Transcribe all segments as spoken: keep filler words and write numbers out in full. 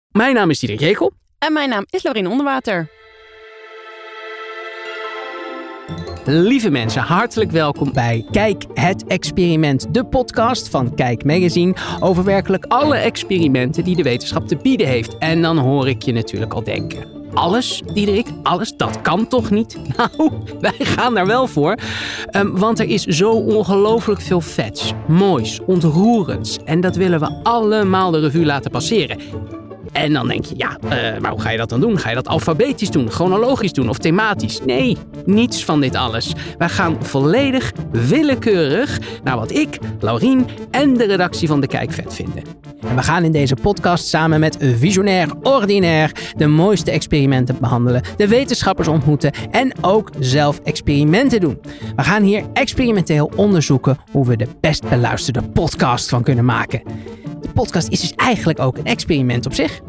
Mijn naam is Diederik Jekel. En mijn naam is Laurien Onderwater. Lieve mensen, hartelijk welkom bij Kijk het Experiment, de podcast van Kijk Magazine over werkelijk alle experimenten die de wetenschap te bieden heeft. En dan hoor ik je natuurlijk al denken, alles, Diederik, alles, dat kan toch niet? Nou, wij gaan daar wel voor, um, want er is zo ongelooflijk veel vets, moois, ontroerends en dat willen we allemaal de revue laten passeren. En dan denk je, ja, uh, maar hoe ga je dat dan doen? Ga je dat alfabetisch doen, chronologisch doen of thematisch? Nee, niets van dit alles. Wij gaan volledig willekeurig naar wat ik, Laurien en de redactie van De Kijk vet vinden. En we gaan in deze podcast samen met Visionair Ordinaire de mooiste experimenten behandelen, de wetenschappers ontmoeten en ook zelf experimenten doen. We gaan hier experimenteel onderzoeken hoe we de best beluisterde podcast van kunnen maken. De podcast is dus eigenlijk ook een experiment op zich.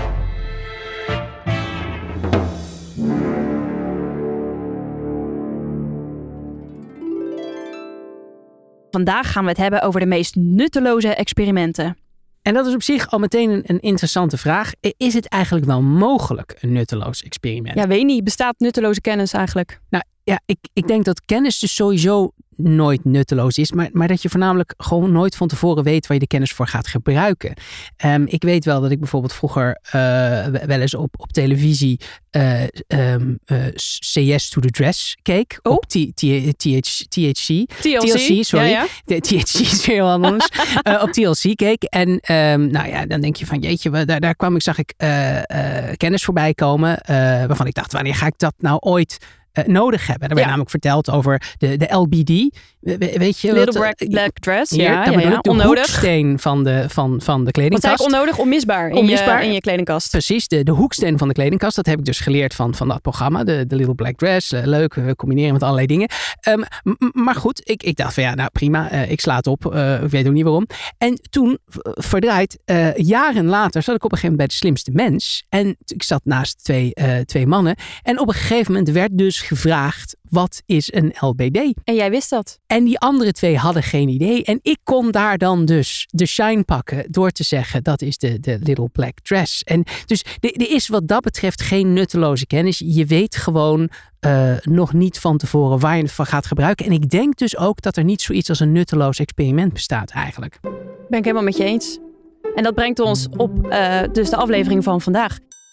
Vandaag gaan we het hebben over de meest nutteloze experimenten. En dat is op zich al meteen een, een interessante vraag. Is het eigenlijk wel mogelijk een nutteloos experiment? Ja, weet niet. Bestaat nutteloze kennis eigenlijk? Nou ja, ik, ik denk dat kennis dus sowieso nooit nutteloos is, maar, maar dat je voornamelijk gewoon nooit van tevoren weet waar je de kennis voor gaat gebruiken. Um, ik weet wel dat ik bijvoorbeeld vroeger uh, wel eens op, op televisie uh, um, uh, Say Yes to the Dress keek. Oh. Op T H C. T L C, sorry. Ja, ja. De T H C is weer heel anders. uh, op T L C keek. En um, nou ja, dan denk je van jeetje, daar, daar kwam ik, zag ik uh, uh, kennis voorbij komen. Uh, waarvan ik dacht, wanneer ga ik dat nou ooit Uh, nodig hebben. Er werd ja. namelijk verteld over de, de L B D. We, weet je, Little wat, Black, black Dress. Hier, ja, dan ja, bedoel ja. ik de onnodig. hoeksteen van de, van, van de kledingkast. Wat zei ik onnodig? Onmisbaar in, Onmisbaar. Je, in je kledingkast. Precies, de, de hoeksteen van de kledingkast. Dat heb ik dus geleerd van, van dat programma. De, de Little Black Dress. Uh, leuk, we combineren met allerlei dingen. Um, m- maar goed, ik, ik dacht van ja, nou prima. Uh, ik sla het op. Uh, ik weet ook niet waarom. En toen, v- verdraaid, uh, jaren later zat ik op een gegeven moment bij De Slimste Mens. En ik zat naast twee, uh, twee mannen. En op een gegeven moment werd dus gevraagd, wat is een L B D? En jij wist dat. En die andere twee hadden geen idee. En ik kon daar dan dus de shine pakken door te zeggen, dat is de, de Little Black Dress. En dus er is wat dat betreft geen nutteloze kennis. Je weet gewoon uh, nog niet van tevoren waar je het van gaat gebruiken. En ik denk dus ook dat er niet zoiets als een nutteloos experiment bestaat eigenlijk. Ben ik helemaal met je eens. En dat brengt ons op uh, dus de aflevering van vandaag.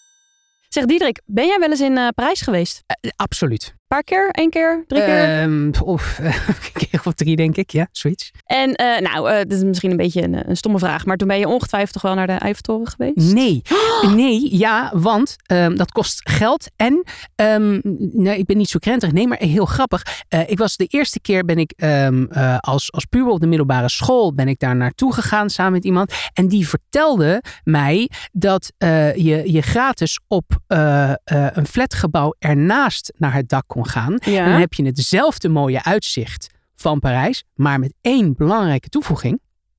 Zeg Diederik, ben jij wel eens in uh, Parijs geweest? Uh, absoluut. Een paar keer? Eén keer? Drie keer? Um, of uh, een keer of drie, denk ik. Ja, zoiets. En uh, nou, uh, dit is misschien een beetje een, een stomme vraag, maar toen ben je ongetwijfeld toch wel naar de Eiffeltoren geweest? Nee. Oh. Nee, ja, want um, dat kost geld. En um, nee, ik ben niet zo krentig. Nee, maar heel grappig. Uh, ik was de eerste keer ben ik um, uh, als, als puber op de middelbare school ben ik daar naartoe gegaan samen met iemand. En die vertelde mij dat uh, je, je gratis op uh, uh, een flatgebouw ernaast naar het dak kon gaan. Ja. En dan heb je hetzelfde mooie uitzicht van Parijs, maar met één belangrijke toevoeging.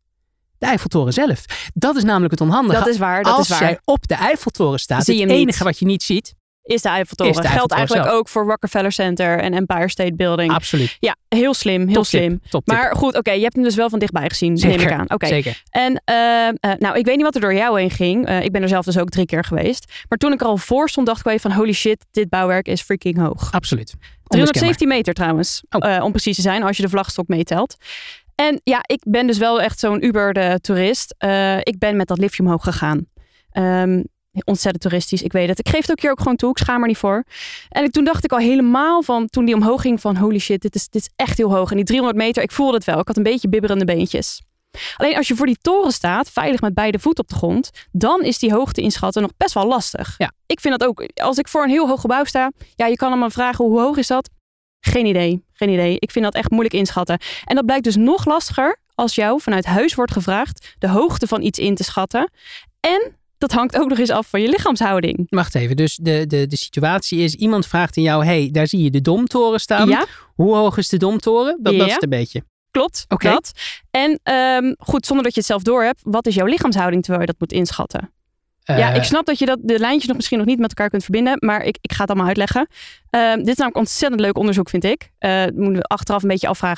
De Eiffeltoren zelf. Dat is namelijk het onhandige. Dat is waar, dat Als is waar. jij op de Eiffeltoren staat, Zie je het hem enige niet. wat je niet ziet, is de Eiffeltoren. Is de Eiffeltoren Geldt eigenlijk zelf. ook voor Rockefeller Center en Empire State Building. absoluut. Ja, heel slim, heel Top tip, slim. top tip. Maar goed, oké, okay, je hebt hem dus wel van dichtbij gezien, Zeker, neem ik aan. Oké. Okay. Zeker. En uh, uh, nou, ik weet niet wat er door jou heen ging. Uh, ik ben er zelf dus ook drie keer geweest. Maar toen ik er al voor stond, dacht ik wel even van holy shit, dit bouwwerk is freaking hoog. Absoluut. driehonderdzeventien meter trouwens, Oh. uh, om precies te zijn, als je de vlagstok meetelt. En ja, ik ben dus wel echt zo'n Uber-toerist. Uh, ik ben met dat liftje omhoog gegaan. Um, ontzettend toeristisch, ik weet het. Ik geef het ook hier ook gewoon toe, ik schaam er niet voor. En ik, toen dacht ik al helemaal van, toen die omhoog ging van holy shit, dit is, dit is echt heel hoog. En die driehonderd meter, ik voelde het wel. Ik had een beetje bibberende beentjes. Alleen als je voor die toren staat, veilig met beide voeten op de grond, dan is die hoogte inschatten nog best wel lastig. Ja. Ik vind dat ook, als ik voor een heel hoog gebouw sta, ja, je kan hem maar vragen hoe hoog is dat? Geen idee, geen idee. Ik vind dat echt moeilijk inschatten. En dat blijkt dus nog lastiger als jou vanuit huis wordt gevraagd de hoogte van iets in te schatten. En dat hangt ook nog eens af van je lichaamshouding. Wacht even, dus de, de, de situatie is, iemand vraagt aan jou, hey, daar zie je de Domtoren staan. Ja. Hoe hoog is de Domtoren? Dat, Ja. dat is het een beetje. Klopt, Oké. dat. En um, goed, zonder dat je het zelf doorhebt, wat is jouw lichaamshouding terwijl je dat moet inschatten? Uh, ja, ik snap dat je dat, de lijntjes nog misschien nog niet met elkaar kunt verbinden, maar ik, ik ga het allemaal uitleggen. Uh, dit is namelijk ontzettend leuk onderzoek, vind ik. Uh, moeten we achteraf een beetje afvragen,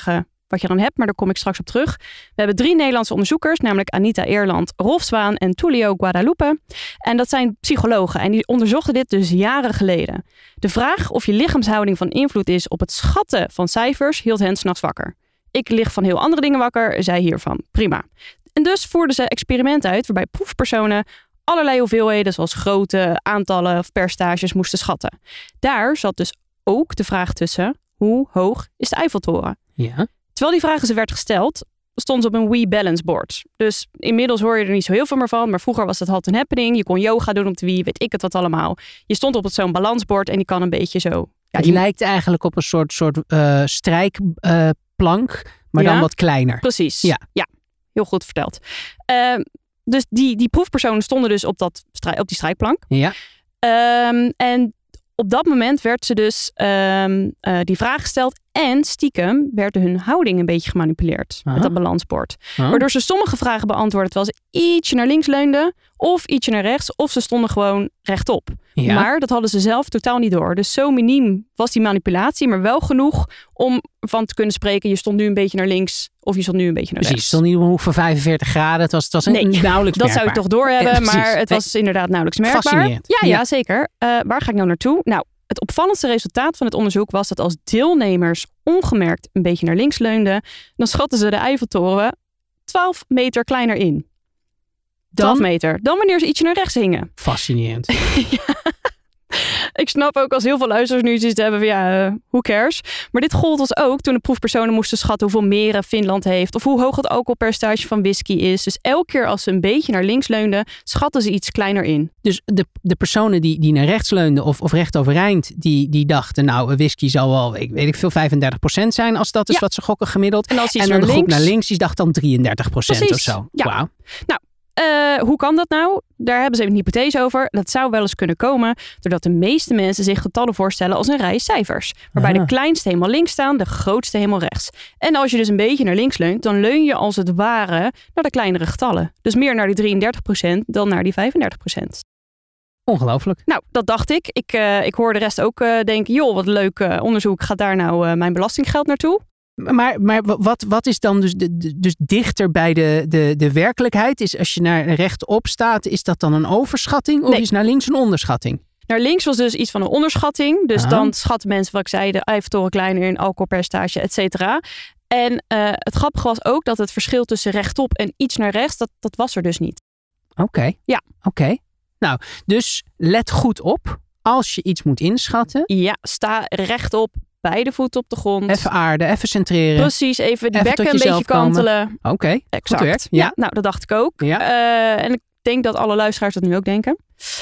wat je dan hebt, maar daar kom ik straks op terug. We hebben drie Nederlandse onderzoekers, namelijk Anita Eerland, Rolf Zwaan en Tulio Guadalupe. En dat zijn psychologen en die onderzochten dit dus jaren geleden. De vraag of je lichaamshouding van invloed is op het schatten van cijfers hield hen 's nachts wakker. Ik lig van heel andere dingen wakker, zij hiervan. Prima. En dus voerden ze experimenten uit waarbij proefpersonen allerlei hoeveelheden zoals grootte, aantallen of percentages moesten schatten. Daar zat dus ook de vraag tussen, hoe hoog is de Eiffeltoren? Ja. Terwijl die vraag ze werd gesteld, stond ze op een We Balance board. Dus inmiddels hoor je er niet zo heel veel meer van, maar vroeger was dat hot and happening. Je kon yoga doen op de Wii, weet ik het wat allemaal. Je stond op zo'n balansbord en die kan een beetje zo... Ja, die lijkt eigenlijk op een soort, soort uh, strijkplank, uh, maar ja, dan wat kleiner. Precies, ja. ja heel goed verteld. Uh, dus die, die proefpersonen stonden dus op, dat, op die strijkplank. Ja. Um, en op dat moment werd ze dus um, uh, die vraag gesteld en stiekem werd hun houding een beetje gemanipuleerd Aha. met dat balansbord. Aha. Waardoor ze sommige vragen beantwoordden terwijl ze ietsje naar links leunden of ietsje naar rechts of ze stonden gewoon rechtop. Ja. Maar dat hadden ze zelf totaal niet door. Dus zo miniem was die manipulatie, maar wel genoeg om van te kunnen spreken. Je stond nu een beetje naar links of je stond nu een beetje naar Precies, rechts. Precies, stond niet op een hoek van vijfenveertig graden. Het was, het was nee, nauwelijks dat zou je toch doorhebben, ja, maar het was nee. inderdaad nauwelijks merkbaar. Fascinerend. Ja, ja, ja, zeker. Uh, waar ga ik nou naartoe? Nou, het opvallendste resultaat van het onderzoek was dat als deelnemers ongemerkt een beetje naar links leunden, dan schatten ze de Eiffeltoren twaalf meter kleiner in. twaalf dan? meter. Dan wanneer ze ietsje naar rechts hingen. Fascinerend. ja. Ik snap ook als heel veel luisteraars nu iets te hebben van ja, uh, who cares. Maar dit gold dus ook toen de proefpersonen moesten schatten hoeveel meren Finland heeft of hoe hoog het alcoholpercentage van whisky is. Dus elke keer als ze een beetje naar links leunden, schatten ze iets kleiner in. Dus de, de personen die, die naar rechts leunden of, of recht overeind, die, die dachten nou, whisky zal wel, ik weet ik veel, vijfendertig procent zijn als dat is ja. wat ze gokken gemiddeld. En, als en dan naar de links, groep naar links, die dacht dan drieëndertig procent of zo. Ja. Wauw. Nou, Uh, hoe kan dat nou? Daar hebben ze een hypothese over. Dat zou wel eens kunnen komen doordat de meeste mensen zich getallen voorstellen als een rij cijfers. Waarbij Aha. de kleinste helemaal links staan, de grootste helemaal rechts. En als je dus een beetje naar links leunt, dan leun je als het ware naar de kleinere getallen. Dus meer naar die drieëndertig procent dan naar die vijfendertig procent. Ongelooflijk. Nou, dat dacht ik. Ik, uh, ik hoor de rest ook uh, denken, joh, wat leuk uh, onderzoek. Gaat daar nou uh, mijn belastinggeld naartoe? Maar, maar wat, wat is dan dus, de, dus dichter bij de, de, de werkelijkheid? Is als je naar rechtop staat, is dat dan een overschatting? Of nee. is naar links een onderschatting? Naar links was dus iets van een onderschatting. Dus Aha. dan schatten mensen, wat ik zei, de Eiffeltoren kleiner in, alcoholpercentage, et cetera. En uh, het grappige was ook dat het verschil tussen rechtop en iets naar rechts, dat, dat was er dus niet. Oké. Okay. Ja. Oké. Okay. Nou, dus let goed op als je iets moet inschatten. Ja, sta rechtop. Beide voeten op de grond. Even aarden, even centreren. Precies, even die even bekken een beetje kantelen. Oké, okay, exact. Goed werk. Ja. ja, nou dat dacht ik ook. Ja. Uh, en ik denk dat alle luisteraars dat nu ook denken.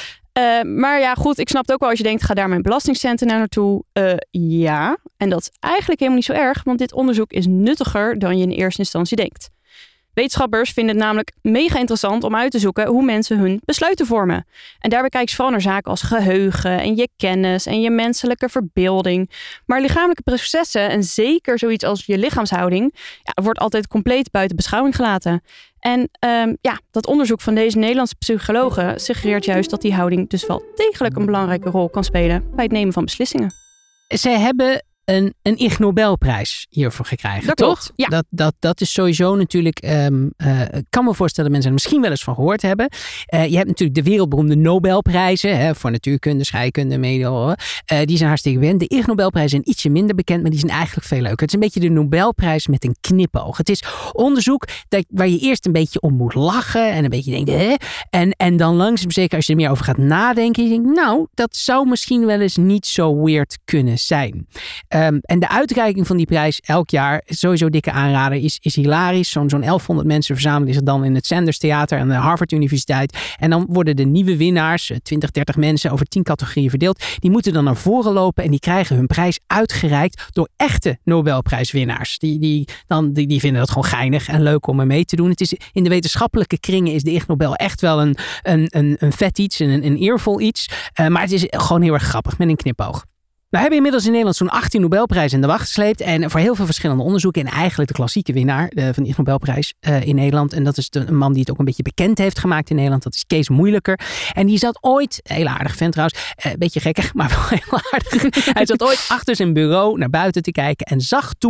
Uh, maar ja, goed, ik snap het ook wel als je denkt, ga daar mijn belastingcenten naar naartoe. Uh, ja, en dat is eigenlijk helemaal niet zo erg, want dit onderzoek is nuttiger dan je in eerste instantie denkt. Wetenschappers vinden het namelijk mega interessant om uit te zoeken hoe mensen hun besluiten vormen. En daarbij kijken ze vooral naar zaken als geheugen en je kennis en je menselijke verbeelding. Maar lichamelijke processen en zeker zoiets als je lichaamshouding ja, wordt altijd compleet buiten beschouwing gelaten. En um, ja, dat onderzoek van deze Nederlandse psychologen suggereert juist dat die houding dus wel degelijk een belangrijke rol kan spelen bij het nemen van beslissingen. Zij hebben een, een Ig Nobelprijs hiervoor gekregen, dat toch? Klopt, ja. Dat, dat, dat is sowieso natuurlijk, um, uh, ik kan me voorstellen dat mensen er misschien wel eens van gehoord hebben. Uh, je hebt natuurlijk de wereldberoemde Nobelprijzen, hè, voor natuurkunde, scheikunde, media, uh, die zijn hartstikke bekend. De Ig Nobelprijzen zijn ietsje minder bekend, maar die zijn eigenlijk veel leuker. Het is een beetje de Nobelprijs met een knipoog. Het is onderzoek dat, waar je eerst een beetje om moet lachen en een beetje denkt, hè? En, en dan langzaam zeker als je er meer over gaat nadenken, je denkt, nou, dat zou misschien wel eens niet zo weird kunnen zijn. Um, en de uitreiking van die prijs elk jaar, sowieso dikke aanrader, is, is hilarisch. Zo'n, zo'n elfhonderd mensen verzamelen zich dan in het Sanders Theater aan de Harvard Universiteit. En dan worden de nieuwe winnaars, twintig, dertig mensen over tien categorieën verdeeld. Die moeten dan naar voren lopen en die krijgen hun prijs uitgereikt door echte Nobelprijswinnaars. Die, die, dan, die, die vinden dat gewoon geinig en leuk om er mee te doen. Het is, in de wetenschappelijke kringen is de Ig Nobel echt wel een, een, een, een vet iets, een, een eervol iets. Uh, maar het is gewoon heel erg grappig met een knipoog. We hebben inmiddels in Nederland zo'n achttien Nobelprijzen in de wacht gesleept. En voor heel veel verschillende onderzoeken. En eigenlijk de klassieke winnaar uh, van de Ig Nobelprijs uh, in Nederland. En dat is de, een man die het ook een beetje bekend heeft gemaakt in Nederland. Dat is Kees Moeilijker. En die zat ooit, heel aardig vent trouwens, een uh, beetje gekkig, maar wel heel aardig. Hij zat ooit achter zijn bureau naar buiten te kijken. En zag toen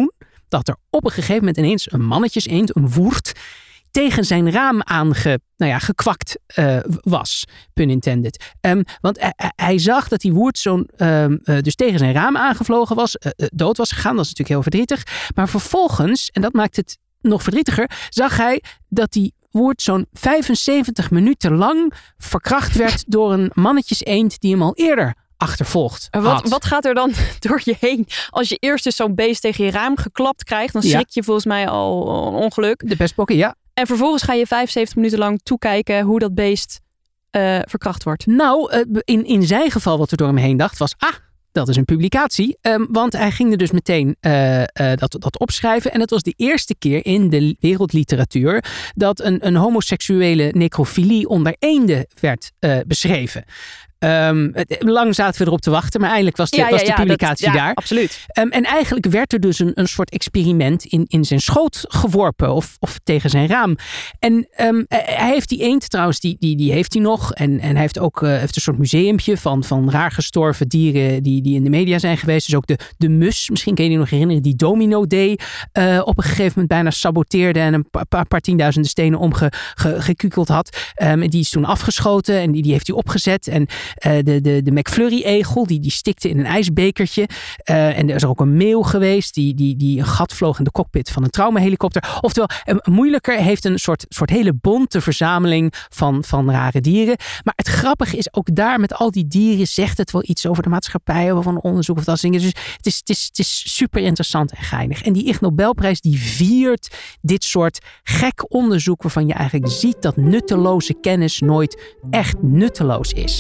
dat er op een gegeven moment ineens een mannetjeseend, een woerd, tegen zijn raam aange, nou ja, gekwakt uh, was, pun intended. Um, want hij, hij zag dat die woerd zo'n, um, uh, dus tegen zijn raam aangevlogen was, uh, uh, dood was gegaan. Dat is natuurlijk heel verdrietig. Maar vervolgens, en dat maakt het nog verdrietiger, zag hij dat die woord zo'n vijfenzeventig minuten lang verkracht werd door een mannetjeseend die hem al eerder achtervolgd wat, had. Wat gaat er dan door je heen als je eerst dus zo'n beest tegen je raam geklapt krijgt? Dan schrik ja. je volgens mij al een ongeluk. De pestpokken, ja. En vervolgens ga je vijfenzeventig minuten lang toekijken hoe dat beest uh, verkracht wordt. Nou, uh, in, in zijn geval wat er door hem heen dacht was, ah, dat is een publicatie. Um, want hij ging er dus meteen uh, uh, dat, dat opschrijven. En het was de eerste keer in de wereldliteratuur dat een, een homoseksuele necrofilie onder eenden werd uh, beschreven. Um, lang zaten we erop te wachten, maar eindelijk was de, ja, was ja, de ja, publicatie dat, ja, daar. Absoluut. Um, en eigenlijk werd er dus een, een soort experiment in, in zijn schoot geworpen of, of tegen zijn raam. En um, hij heeft die eend trouwens, die, die, die heeft hij nog. En, en hij heeft ook uh, heeft een soort museumpje van, van raar gestorven dieren die, die in de media zijn geweest. Dus ook de, de mus, misschien kun je je nog herinneren, die Domino Day uh, op een gegeven moment bijna saboteerde en een paar, paar tienduizenden stenen omgekukeld had. Um, die is toen afgeschoten en die, die heeft hij opgezet. En uh, de, de, de McFlurry-egel, die, die stikte in een ijsbekertje. Uh, en er is er ook een meeuw geweest die, die, die een gat vloog in de cockpit van een traumahelikopter. Oftewel, een moeilijker heeft een soort, soort hele bonte verzameling van, van rare dieren. Maar het grappige is, ook daar met al die dieren zegt het wel iets over de maatschappij, over een onderzoek of dat soort dingen. Dus het is, het, is, het is super interessant en geinig. En die Ig Nobelprijs die viert dit soort gek onderzoek waarvan je eigenlijk ziet dat nutteloze kennis nooit echt nutteloos is.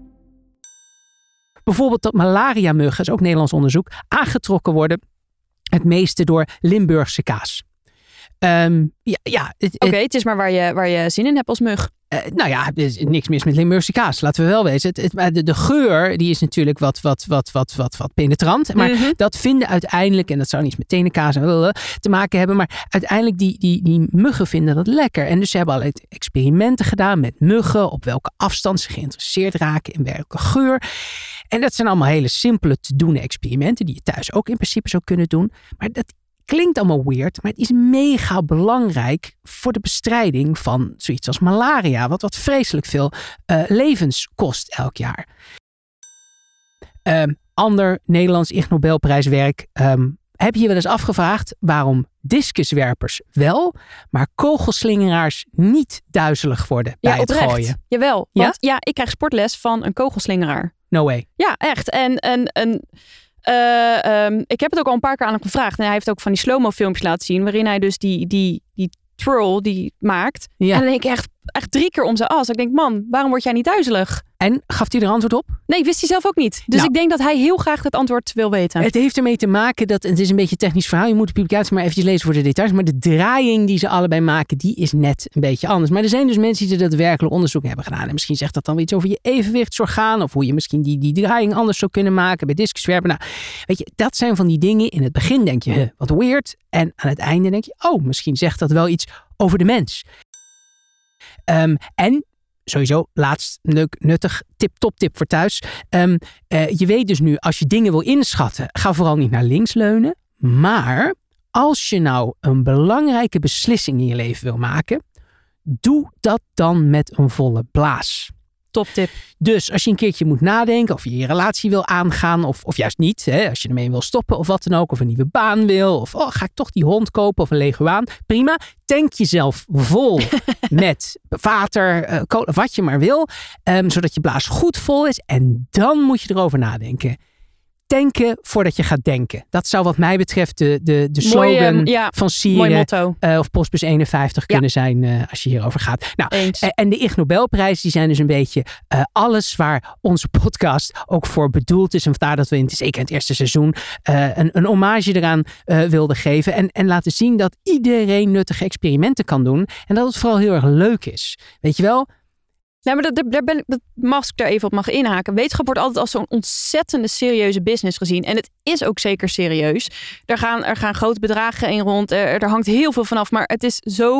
Bijvoorbeeld dat malaria-muggen, dat is ook Nederlands onderzoek, aangetrokken worden het meeste door Limburgse kaas. Um, ja, ja, Oké, okay, het is maar waar je, waar je zin in hebt als mug. Uh, nou ja, er is niks mis met Limburgse kaas. Laten we wel wezen. Het, het, de, de geur die is natuurlijk wat, wat, wat, wat, wat, wat penetrant. Maar mm-hmm. dat vinden uiteindelijk, en dat zou niets met tenenkaas te maken hebben. Maar uiteindelijk die, die, die muggen vinden dat lekker. En dus ze hebben allerlei experimenten gedaan met muggen. Op welke afstand ze geïnteresseerd raken in welke geur. En dat zijn allemaal hele simpele te doen experimenten. Die je thuis ook in principe zou kunnen doen. Maar dat klinkt allemaal weird, maar het is mega belangrijk voor de bestrijding van zoiets als malaria, wat wat vreselijk veel uh, levens kost elk jaar. Um, ander Nederlands Ig Nobelprijswerk. Um, heb je je wel eens afgevraagd waarom discuswerpers wel, maar kogelslingeraars niet duizelig worden bij ja, het oprecht. gooien? Jawel, ja? want ja, ik krijg sportles van een kogelslingeraar. No way. Ja, echt. En een... een Uh, um, ik heb het ook al een paar keer aan hem gevraagd. En hij heeft ook van die slow-mo filmpjes laten zien. Waarin hij dus die, die, die twirl die maakt. Ja. En dan denk ik echt, echt drie keer om zijn as. Ik denk, man, waarom word jij niet duizelig? En gaf hij er antwoord op? Nee, wist hij zelf ook niet. Dus nou, ik denk dat hij heel graag het antwoord wil weten. Het heeft ermee te maken dat, het is een beetje een technisch verhaal. Je moet de publicatie maar eventjes lezen voor de details. Maar de draaiing die ze allebei maken, die is net een beetje anders. Maar er zijn dus mensen die er daadwerkelijk onderzoek hebben gedaan. En misschien zegt dat dan weer iets over je evenwichtsorgaan. Of hoe je misschien die, die draaiing anders zou kunnen maken bij discuswerpen. Nou, weet je, dat zijn van die dingen. In het begin denk je, huh, wat weird. En aan het einde denk je, oh, misschien zegt dat wel iets over de mens. Um, en... Sowieso, laatst leuk, nuttig, tip, top tip voor thuis. Um, uh, je weet dus nu, als je dingen wil inschatten, ga vooral niet naar links leunen. Maar als je nou een belangrijke beslissing in je leven wil maken, doe dat dan met een volle blaas. Top tip. Dus als je een keertje moet nadenken of je je relatie wil aangaan of, of juist niet. Hè, als je ermee wil stoppen of wat dan ook. Of een nieuwe baan wil. Of oh, ga ik toch die hond kopen of een leguaan. Prima. Tank jezelf vol met water, uh, kolen, wat je maar wil. Um, zodat je blaas goed vol is. En dan moet je erover nadenken. Tanken voordat je gaat denken. Dat zou wat mij betreft de, de, de slogan mooi, ja, van Sieren uh, of Postbus eenenvijftig ja. kunnen zijn uh, als je hierover gaat. Nou, uh, en de Ig Nobelprijs die zijn dus een beetje uh, alles waar onze podcast ook voor bedoeld is. En vandaar dat we in, zeker in het eerste seizoen uh, een, een hommage eraan uh, wilden geven. En, en laten zien dat iedereen nuttige experimenten kan doen. En dat het vooral heel erg leuk is. Weet je wel? Nee, maar dat, daar ben ik, dat mag ik daar even op mag inhaken. Wetenschap wordt altijd als zo'n ontzettende serieuze business gezien. En het is ook zeker serieus. Er gaan, er gaan grote bedragen in rond. Er, er hangt heel veel vanaf. Maar het is zo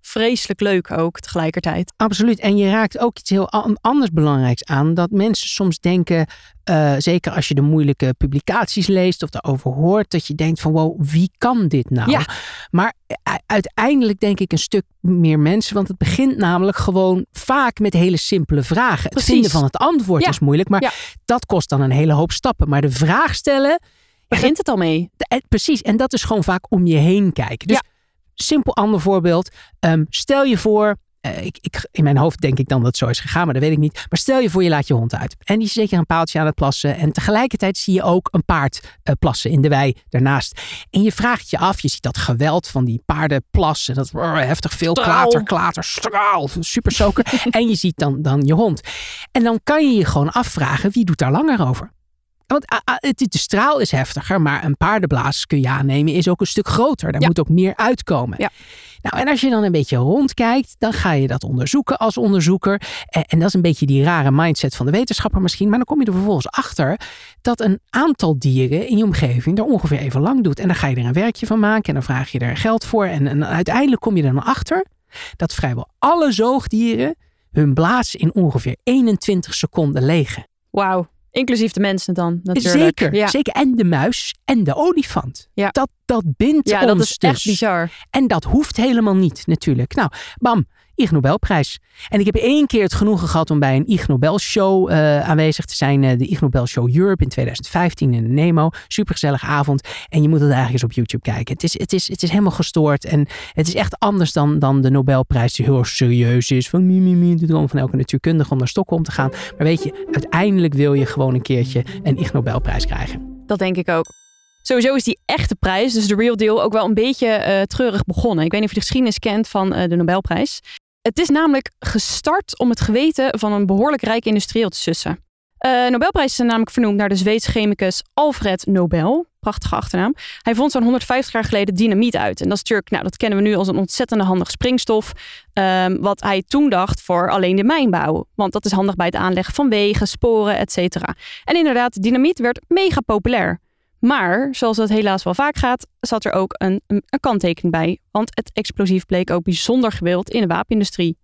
vreselijk leuk ook tegelijkertijd. Absoluut. En je raakt ook iets heel anders belangrijks aan. Dat mensen soms denken, uh, zeker als je de moeilijke publicaties leest of daarover hoort, dat je denkt van wow, wie kan dit nou? Ja. Maar uiteindelijk denk ik een stuk meer mensen. Want het begint namelijk gewoon vaak met hele simpele vragen. Precies. Het vinden van het antwoord ja. is moeilijk. Maar ja. dat kost dan een hele hoop stappen. Maar de vraag stellen, begint het al mee. Precies. En dat is gewoon vaak om je heen kijken. Dus ja. simpel ander voorbeeld. Um, stel je voor, uh, ik, ik, in mijn hoofd denk ik dan dat het zo is gegaan, maar dat weet ik niet. Maar stel je voor je laat je hond uit. En die is zeker een paaltje aan het plassen. En tegelijkertijd zie je ook een paard uh, plassen in de wei daarnaast. En je vraagt je af, je ziet dat geweld van die paarden plassen. Dat uh, heftig veel straal. klater, klater, straal, super soker. En je ziet dan, dan je hond. En dan kan je je gewoon afvragen, wie doet daar langer over? Want de straal is heftiger, maar een paardenblaas kun je aannemen is ook een stuk groter. Daar ja. moet ook meer uitkomen. Ja. Nou, en als je dan een beetje rondkijkt, dan ga je dat onderzoeken als onderzoeker. En dat is een beetje die rare mindset van de wetenschapper misschien. Maar dan kom je er vervolgens achter dat een aantal dieren in je omgeving er ongeveer even lang doet. En dan ga je er een werkje van maken en dan vraag je er geld voor. En, en uiteindelijk kom je er dan achter dat vrijwel alle zoogdieren hun blaas in ongeveer eenentwintig seconden legen. Wauw. Inclusief de mensen dan natuurlijk. Zeker, ja. zeker. En de muis en de olifant. Ja. Dat, dat bindt ja, ons dat is dus. echt bizar. En dat hoeft helemaal niet natuurlijk. Nou, bam, Ig Nobelprijs. En ik heb één keer het genoegen gehad om bij een Ig Nobel show uh, aanwezig te zijn. Uh, de Ig Nobel Show Europe in twintig vijftien in de Nemo. Supergezellige avond. En je moet het eigenlijk eens op YouTube kijken. Het is, het is, het is helemaal gestoord. En het is echt anders dan, dan de Nobelprijs die heel serieus is. Van mi, mi, mi, de droom van elke natuurkundige om naar Stockholm te gaan. Maar weet je, uiteindelijk wil je gewoon een keertje een Ig Nobelprijs krijgen. Dat denk ik ook. Sowieso is die echte prijs, dus de real deal, ook wel een beetje uh, treurig begonnen. Ik weet niet of je de geschiedenis kent van uh, de Nobelprijs. Het is namelijk gestart om het geweten van een behoorlijk rijk industrieel te sussen. De uh, Nobelprijs is namelijk vernoemd naar de Zweedse chemicus Alfred Nobel. Prachtige achternaam. Hij vond zo'n honderdvijftig jaar geleden dynamiet uit. En dat is natuurlijk, nou, dat kennen we nu als een ontzettende handig springstof. Um, wat hij toen dacht voor alleen de mijnbouw. Want dat is handig bij het aanleggen van wegen, sporen, et cetera. En inderdaad, dynamiet werd mega populair. Maar, zoals dat helaas wel vaak gaat, zat er ook een, een, een kanttekening bij. Want het explosief bleek ook bijzonder gewild in de wapenindustrie.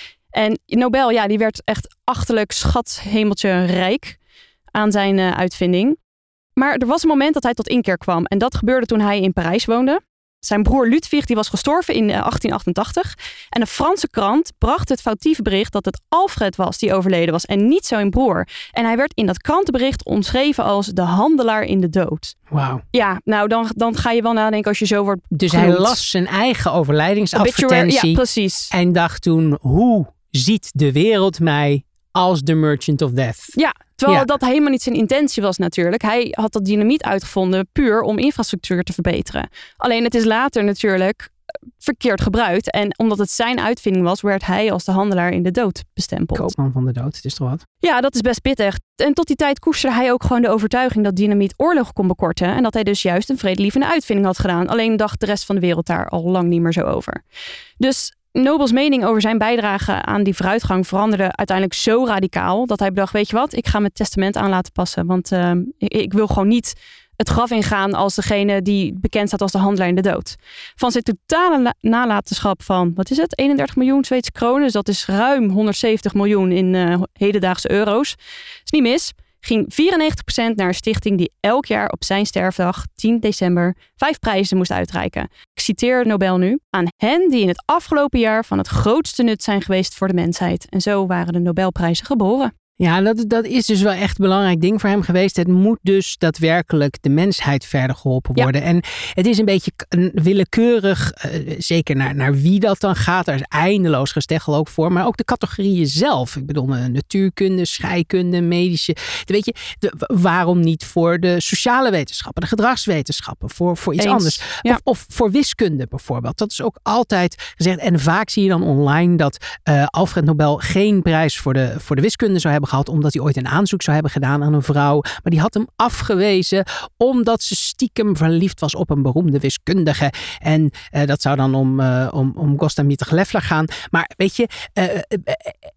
En Nobel, ja, die werd echt achterlijk schathemeltje rijk aan zijn uh, uitvinding. Maar er was een moment dat hij tot inkeer kwam. En dat gebeurde toen hij in Parijs woonde. Zijn broer Ludwig die was gestorven in uh, achttien achtentachtig. En een Franse krant bracht het foutieve bericht dat het Alfred was die overleden was en niet zijn broer. En hij werd in dat krantenbericht omschreven als de handelaar in de dood. Wauw. Ja, nou dan, dan ga je wel nadenken als je zo wordt Dus genoemd. hij las zijn eigen overlijdingsadvertentie. Ja, precies. En dacht toen, hoe ziet de wereld mij als de Merchant of Death? Ja, terwijl ja. dat helemaal niet zijn intentie was natuurlijk. Hij had dat dynamiet uitgevonden puur om infrastructuur te verbeteren. Alleen het is later natuurlijk verkeerd gebruikt. En omdat het zijn uitvinding was, werd hij als de handelaar in de dood bestempeld. Koopman van de dood, het is toch wat? Ja, dat is best pittig. En tot die tijd koesterde hij ook gewoon de overtuiging dat dynamiet oorlog kon bekorten. En dat hij dus juist een vredelievende uitvinding had gedaan. Alleen dacht de rest van de wereld daar al lang niet meer zo over. Dus Nobels mening over zijn bijdrage aan die vooruitgang veranderde uiteindelijk zo radicaal dat hij bedacht, weet je wat, ik ga mijn testament aan laten passen. Want uh, ik, ik wil gewoon niet het graf ingaan als degene die bekend staat als de handelaar in de dood. Van zijn totale na- nalatenschap van, wat is het, eenendertig miljoen Zweedse kronen. Dus dat is ruim honderdzeventig miljoen in uh, hedendaagse euro's. Is niet mis. Ging vierennegentig procent naar een stichting die elk jaar op zijn sterfdag, tien december, vijf prijzen moest uitreiken. Ik citeer Nobel nu. Aan hen die in het afgelopen jaar van het grootste nut zijn geweest voor de mensheid. En zo waren de Nobelprijzen geboren. Ja, dat, dat is dus wel echt een belangrijk ding voor hem geweest. Het moet dus daadwerkelijk de mensheid verder geholpen worden. Ja. En het is een beetje willekeurig, uh, zeker naar, naar wie dat dan gaat. Daar is eindeloos gesteggel ook voor. Maar ook de categorieën zelf. Ik bedoel, natuurkunde, scheikunde, medische. Weet je, de, waarom niet voor de sociale wetenschappen, de gedragswetenschappen, voor, voor iets Eens. anders. Ja. Of, of voor wiskunde bijvoorbeeld. Dat is ook altijd gezegd. En vaak zie je dan online dat uh, Alfred Nobel geen prijs voor de, voor de wiskunde zou hebben gehad, omdat hij ooit een aanzoek zou hebben gedaan aan een vrouw. Maar die had hem afgewezen omdat ze stiekem verliefd was op een beroemde wiskundige. En uh, dat zou dan om, uh, om, om Gustav Mittag-Leffler gaan. Maar weet je, uh, uh,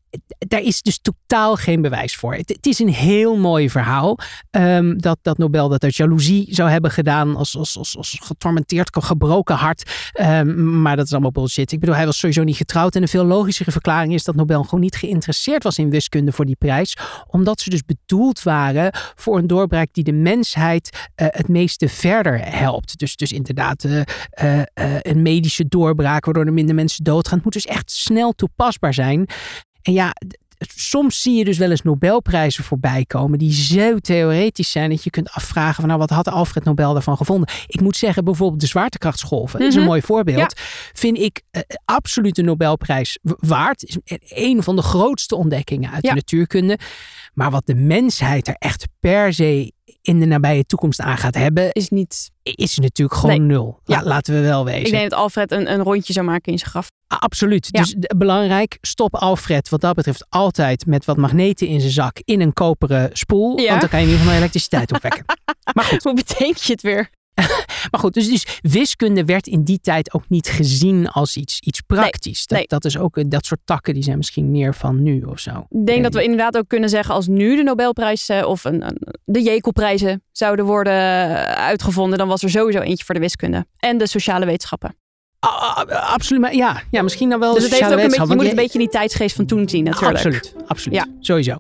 daar is dus totaal geen bewijs voor. Het, het is een heel mooi verhaal. Um, dat, dat Nobel dat uit jaloezie zou hebben gedaan. Als, als, als, als getormenteerd, gebroken hart. Um, maar dat is allemaal bullshit. Ik bedoel, hij was sowieso niet getrouwd. En een veel logischere verklaring is dat Nobel gewoon niet geïnteresseerd was in wiskunde voor die prijs. Omdat ze dus bedoeld waren voor een doorbraak die de mensheid uh, het meeste verder helpt. Dus, dus inderdaad uh, uh, uh, een medische doorbraak waardoor er minder mensen doodgaan. Het moet dus echt snel toepasbaar zijn. En ja, soms zie je dus wel eens Nobelprijzen voorbij komen die zo theoretisch zijn dat je kunt afvragen van nou, wat had Alfred Nobel daarvan gevonden? Ik moet zeggen, bijvoorbeeld de zwaartekrachtsgolven, mm-hmm. is een mooi voorbeeld. Ja. Vind ik uh, absoluut de Nobelprijs waard. Is een van de grootste ontdekkingen uit ja. de natuurkunde. Maar wat de mensheid er echt per se in de nabije toekomst aan gaat hebben, is niet. Is natuurlijk gewoon nee. nul. La, ja. Laten we wel wezen. Ik denk dat Alfred een, een rondje zou maken in zijn graf. Absoluut. Ja. Dus de, belangrijk, stop Alfred wat dat betreft altijd met wat magneten in zijn zak in een koperen spoel. Ja. Want dan kan je in ieder geval elektriciteit opwekken. Maar goed. Hoe betekent je het weer? Maar goed, dus, dus wiskunde werd in die tijd ook niet gezien als iets, iets praktisch. Nee, dat, nee. dat is ook dat soort takken die zijn misschien meer van nu of zo. Ik denk dat we inderdaad ook kunnen zeggen als nu de Nobelprijs of een, een, de Jekyll-prijzen zouden worden uitgevonden, dan was er sowieso eentje voor de wiskunde en de sociale wetenschappen. Uh, absoluut, maar ja, ja, misschien dan wel dus de het sociale heeft ook een beetje, je moet je... het een beetje in die tijdsgeest van toen zien natuurlijk. Absoluut, absoluut. Ja. Sowieso.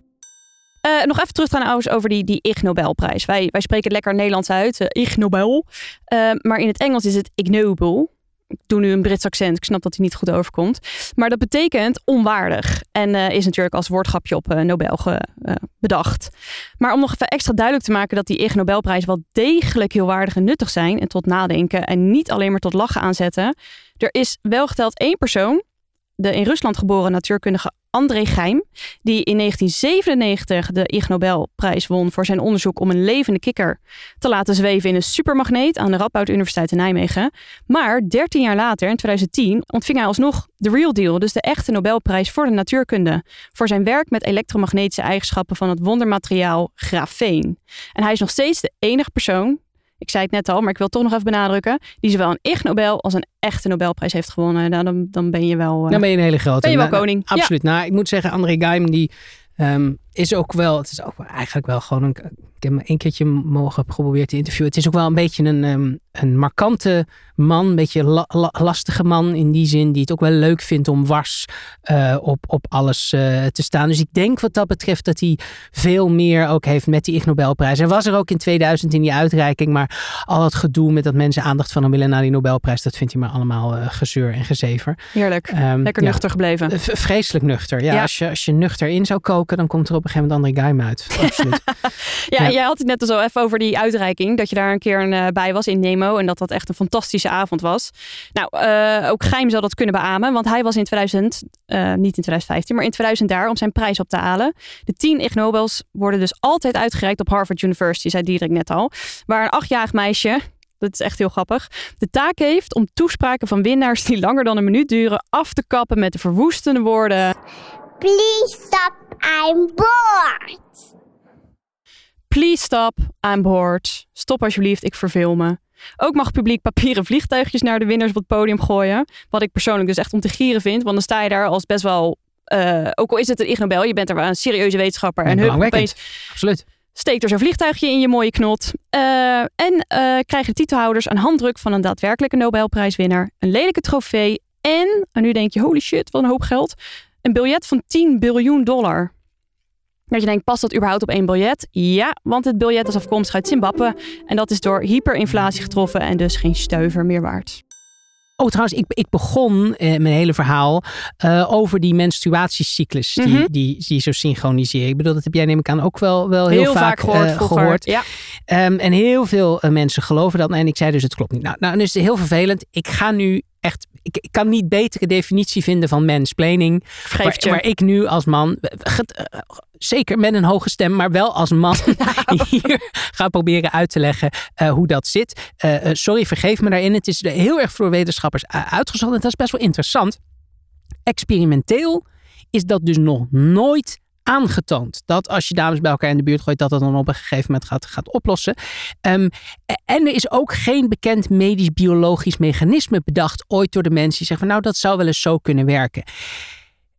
Uh, nog even terug trouwens over die, die Ig Nobelprijs. Wij, wij spreken het lekker Nederlands uit, uh, Ig Nobel. Uh, maar in het Engels is het Ig Nobel. Ik doe nu een Brits accent, ik snap dat hij niet goed overkomt. Maar dat betekent onwaardig. En uh, is natuurlijk als woordgrapje op uh, Nobel ge, uh, bedacht. Maar om nog even extra duidelijk te maken dat die Ig Nobelprijs wel degelijk heel waardig en nuttig zijn. En tot nadenken en niet alleen maar tot lachen aanzetten. Er is wel geteld één persoon, de in Rusland geboren natuurkundige André Geim, die in negentien zevenennegentig de Ig Nobelprijs won voor zijn onderzoek om een levende kikker te laten zweven in een supermagneet aan de Radboud Universiteit in Nijmegen. Maar dertien jaar later, in twintig tien, ontving hij alsnog de real deal, dus de echte Nobelprijs voor de natuurkunde, voor zijn werk met elektromagnetische eigenschappen van het wondermateriaal grafeen. En hij is nog steeds de enige persoon, ik zei het net al, maar ik wil toch nog even benadrukken, die zowel een Ig Nobel als een echte Nobelprijs heeft gewonnen. Nou, dan, dan ben je wel... Uh, dan ben je een hele grote. Ben je wel nou, koning. Absoluut. Ja. Nou, ik moet zeggen, André Geim, die um, is ook wel... Het is ook wel, eigenlijk wel gewoon een... Ik heb hem een keertje mogen geprobeerd te interviewen. Het is ook wel een beetje een, um, een markante man. Een beetje la, la, lastige man in die zin. Die het ook wel leuk vindt om wars uh, op, op alles uh, te staan. Dus ik denk wat dat betreft dat hij veel meer ook heeft met die Ig Nobelprijs. Hij was er ook in tweeduizend in die uitreiking. Maar al het gedoe met dat mensen aandacht van hem willen naar die Nobelprijs. Dat vindt hij maar allemaal uh, gezeur en gezever. Heerlijk. Um, Lekker ja, nuchter gebleven. V- vreselijk nuchter. Ja, ja. Als, je, als je nuchter in zou koken, dan komt er op een gegeven moment André Geim uit. Absoluut. ja, ja, jij had het net al zo even over die uitreiking. Dat je daar een keer uh, bij was in Nemo. En dat dat echt een fantastische avond was. Nou, uh, ook Geim zal dat kunnen beamen. Want hij was in tweeduizend, uh, niet in twintig vijftien, maar in tweeduizend daar om zijn prijs op te halen. De tien Ig Nobels worden dus altijd uitgereikt op Harvard University, zei Diederik net al. Waar een achtjarig meisje, dat is echt heel grappig, de taak heeft om toespraken van winnaars die langer dan een minuut duren af te kappen met de verwoestende woorden: Please stop, I'm bored. Please stop, I'm bored. Stop alsjeblieft, ik verveel me. Ook mag publiek papieren vliegtuigjes naar de winnaars op het podium gooien. Wat ik persoonlijk dus echt om te gieren vind. Want dan sta je daar als best wel... Uh, ook al is het een Ig Nobel, je bent er wel een serieuze wetenschapper. En hup, opeens absoluut. Steekt er zo'n vliegtuigje in je mooie knot. Uh, en uh, krijgen de titelhouders een handdruk van een daadwerkelijke Nobelprijswinnaar. Een lelijke trofee. En, en nu denk je, holy shit, wat een hoop geld. Een biljet van tien biljoen dollar. Dat je denkt, past dat überhaupt op één biljet? Ja, want het biljet is afkomstig uit Zimbabwe. En dat is door hyperinflatie getroffen en dus geen stuiver meer waard. Oh, trouwens, ik, ik begon eh, mijn hele verhaal uh, over die menstruatiecyclus die, mm-hmm. die, die zo synchroniseren. Ik bedoel, dat heb jij neem ik aan ook wel, wel heel, heel vaak, vaak gehoord. Uh, gehoord. Ja. Um, en heel veel uh, mensen geloven dat. En ik zei dus, het klopt niet. Nou, nou, dus heel vervelend. Ik ga nu echt... Ik, ik kan niet betere definitie vinden van mansplaining. Waar, waar ik nu als man... Get, uh, zeker met een hoge stem, maar wel als man nou. hier ga proberen uit te leggen uh, hoe dat zit. Uh, uh, sorry, vergeef me daarin. Het is heel erg voor wetenschappers uh, uitgezocht. En dat is best wel interessant. Experimenteel is dat dus nog nooit aangetoond. Dat als je dames bij elkaar in de buurt gooit, dat dat dan op een gegeven moment gaat, gaat oplossen. Um, en er is ook geen bekend medisch-biologisch mechanisme bedacht ooit door de mensen die zeggen van nou, dat zou wel eens zo kunnen werken.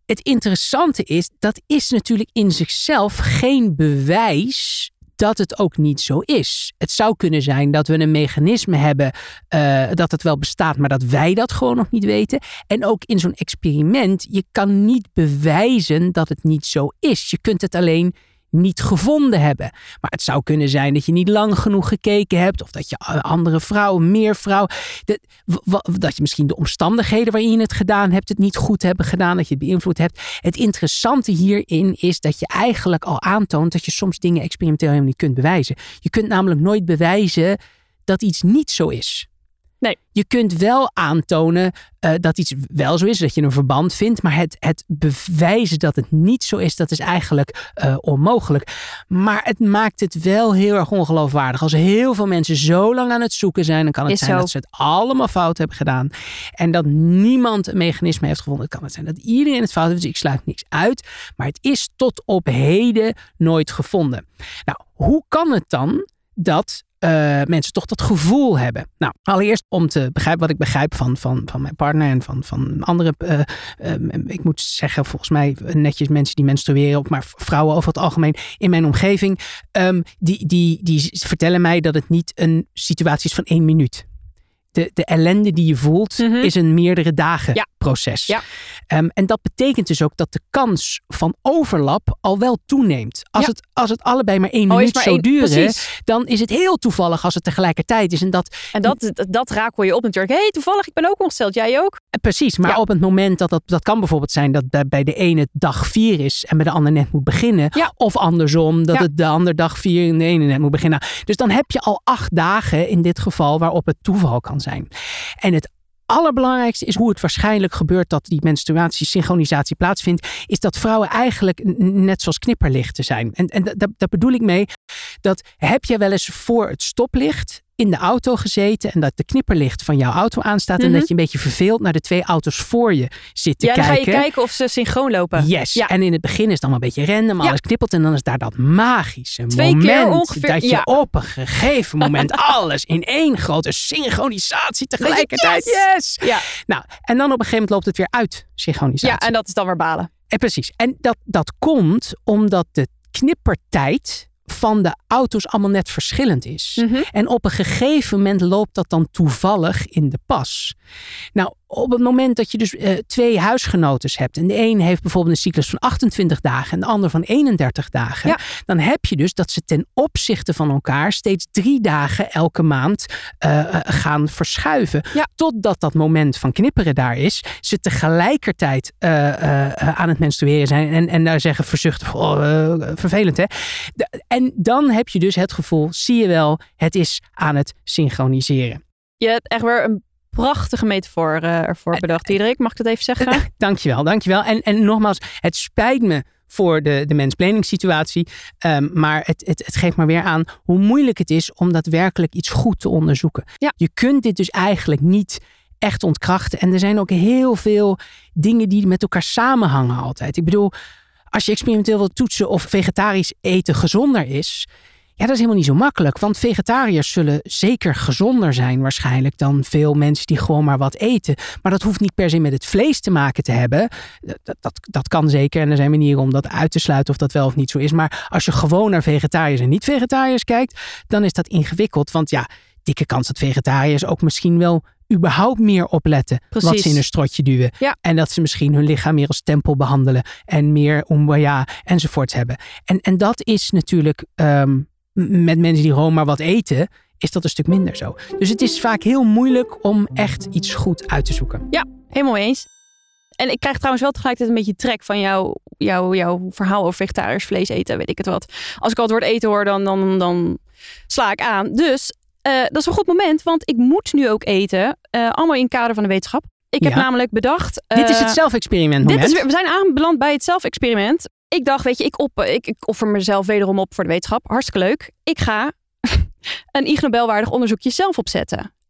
het interessante is, dat is natuurlijk in zichzelf geen bewijs dat het ook niet zo is. Het zou kunnen zijn dat we een mechanisme hebben uh, dat het wel bestaat, maar dat wij dat gewoon nog niet weten. En ook in zo'n experiment, je kan niet bewijzen dat het niet zo is. Je kunt het alleen niet gevonden hebben. Maar het zou kunnen zijn dat je niet lang genoeg gekeken hebt, of dat je andere vrouwen, meer vrouwen, dat, dat je misschien de omstandigheden waarin je het gedaan hebt, het niet goed hebben gedaan, dat je het beïnvloed hebt. Het interessante hierin is dat je eigenlijk al aantoont dat je soms dingen experimenteel helemaal niet kunt bewijzen. Je kunt namelijk nooit bewijzen dat iets niet zo is. Nee. Je kunt wel aantonen uh, dat iets wel zo is, dat je een verband vindt. Maar het, het bewijzen dat het niet zo is, dat is eigenlijk uh, onmogelijk. Maar het maakt het wel heel erg ongeloofwaardig. Als heel veel mensen zo lang aan het zoeken zijn, dan kan het is zijn zo. dat ze het allemaal fout hebben gedaan. En dat niemand een mechanisme heeft gevonden. Het kan het zijn dat iedereen het fout heeft, dus ik sluit niks uit. Maar het is tot op heden nooit gevonden. Nou, hoe kan het dan dat Uh, mensen toch dat gevoel hebben? Nou, allereerst om te begrijpen wat ik begrijp van, van, van mijn partner en van, van andere, uh, uh, ik moet zeggen, volgens mij netjes mensen die menstrueren, maar vrouwen over het algemeen in mijn omgeving, um, die, die, die vertellen mij dat het niet een situatie is van één minuut. De, de ellende die je voelt mm-hmm. is een meerdere dagen ja. proces. Ja. Um, en dat betekent dus ook dat de kans van overlap al wel toeneemt. Als, ja. het, als het allebei maar één oh, minuut maar zou één, duren, precies. dan is het heel toevallig als het tegelijkertijd is. En dat, en dat, dat, dat rakel je op natuurlijk. Hé, hey, toevallig, ik ben ook ongesteld. Jij ook? Precies, maar ja. op het moment dat, dat dat kan bijvoorbeeld zijn dat bij de ene dag vier is en bij de ander net moet beginnen. Ja. Of andersom, dat ja. het de andere dag vier en de ene net moet beginnen. Dus dan heb je al acht dagen in dit geval waarop het toeval kan zijn. En het allerbelangrijkste is hoe het waarschijnlijk gebeurt dat die menstruatie-synchronisatie plaatsvindt, is dat vrouwen eigenlijk net zoals knipperlichten zijn. En, en daar, daar bedoel ik mee dat heb je wel eens voor het stoplicht in de auto gezeten en dat de knipperlicht van jouw auto aanstaat mm-hmm. en dat je een beetje verveeld naar de twee auto's voor je zit te ja, kijken. Ja, dan ga je kijken of ze synchroon lopen. Yes. Ja. En in het begin is het allemaal een beetje random, alles ja. knippelt en dan is daar dat magische Twee moment keer ongeveer, dat je ja. op een gegeven moment alles in één grote synchronisatie tegelijkertijd. Yes! yes. Ja. Nou, en dan op een gegeven moment loopt het weer uit synchronisatie. Ja, en dat is dan weer balen. En precies. En dat, dat komt omdat de knippertijd van de auto's allemaal net verschillend is. Mm-hmm. En op een gegeven moment loopt dat dan toevallig in de pas. Nou, op het moment dat je dus uh, twee huisgenotes hebt en de een heeft bijvoorbeeld een cyclus van achtentwintig dagen en de ander van eenendertig dagen, ja. dan heb je dus dat ze ten opzichte van elkaar steeds drie dagen elke maand uh, uh, gaan verschuiven. Ja. Totdat dat moment van knipperen daar is, ze tegelijkertijd uh, uh, uh, aan het menstrueren zijn en, en daar zeggen verzuchtig, oh, uh, vervelend hè. De, en dan heb je dus het gevoel, zie je wel, het is aan het synchroniseren. Je hebt echt weer een prachtige metafoor uh, ervoor bedacht, Diederik. Mag ik dat even zeggen? Dankjewel, dankjewel. En, en nogmaals, het spijt me voor de, de mansplaining situatie. Um, maar het, het, het geeft maar weer aan hoe moeilijk het is om daadwerkelijk iets goed te onderzoeken. Ja. Je kunt dit dus eigenlijk niet echt ontkrachten. En er zijn ook heel veel dingen die met elkaar samenhangen altijd. Ik bedoel, als je experimenteel wilt toetsen of vegetarisch eten gezonder is, ja, dat is helemaal niet zo makkelijk. Want vegetariërs zullen zeker gezonder zijn waarschijnlijk dan veel mensen die gewoon maar wat eten. Maar dat hoeft niet per se met het vlees te maken te hebben. Dat, dat, dat kan zeker en er zijn manieren om dat uit te sluiten of dat wel of niet zo is. Maar als je gewoon naar vegetariërs en niet-vegetariërs kijkt, dan is dat ingewikkeld. Want ja, dikke kans dat vegetariërs ook misschien wel überhaupt meer opletten. Precies. Wat ze in een strotje duwen. Ja. En dat ze misschien hun lichaam meer als tempel behandelen en meer umbaya enzovoorts hebben. En, en dat is natuurlijk Um, met mensen die gewoon maar wat eten, is dat een stuk minder zo. Dus het is vaak heel moeilijk om echt iets goed uit te zoeken. Ja, helemaal eens. En ik krijg trouwens wel tegelijkertijd een beetje trek van jou, jou, jouw verhaal over vegetarisch vlees eten, weet ik het wat. Als ik al het woord eten hoor, dan, dan, dan sla ik aan. Dus uh, dat is een goed moment, want ik moet nu ook eten. Uh, allemaal in het kader van de wetenschap. Ik heb ja. namelijk bedacht Uh, dit is het zelfexperiment moment. Dit is, we zijn aanbeland bij het zelfexperiment. Ik dacht, weet je, ik, op, ik, ik offer mezelf wederom op voor de wetenschap. Hartstikke leuk. Ik ga een Ig Nobelwaardig onderzoekje zelf opzetten.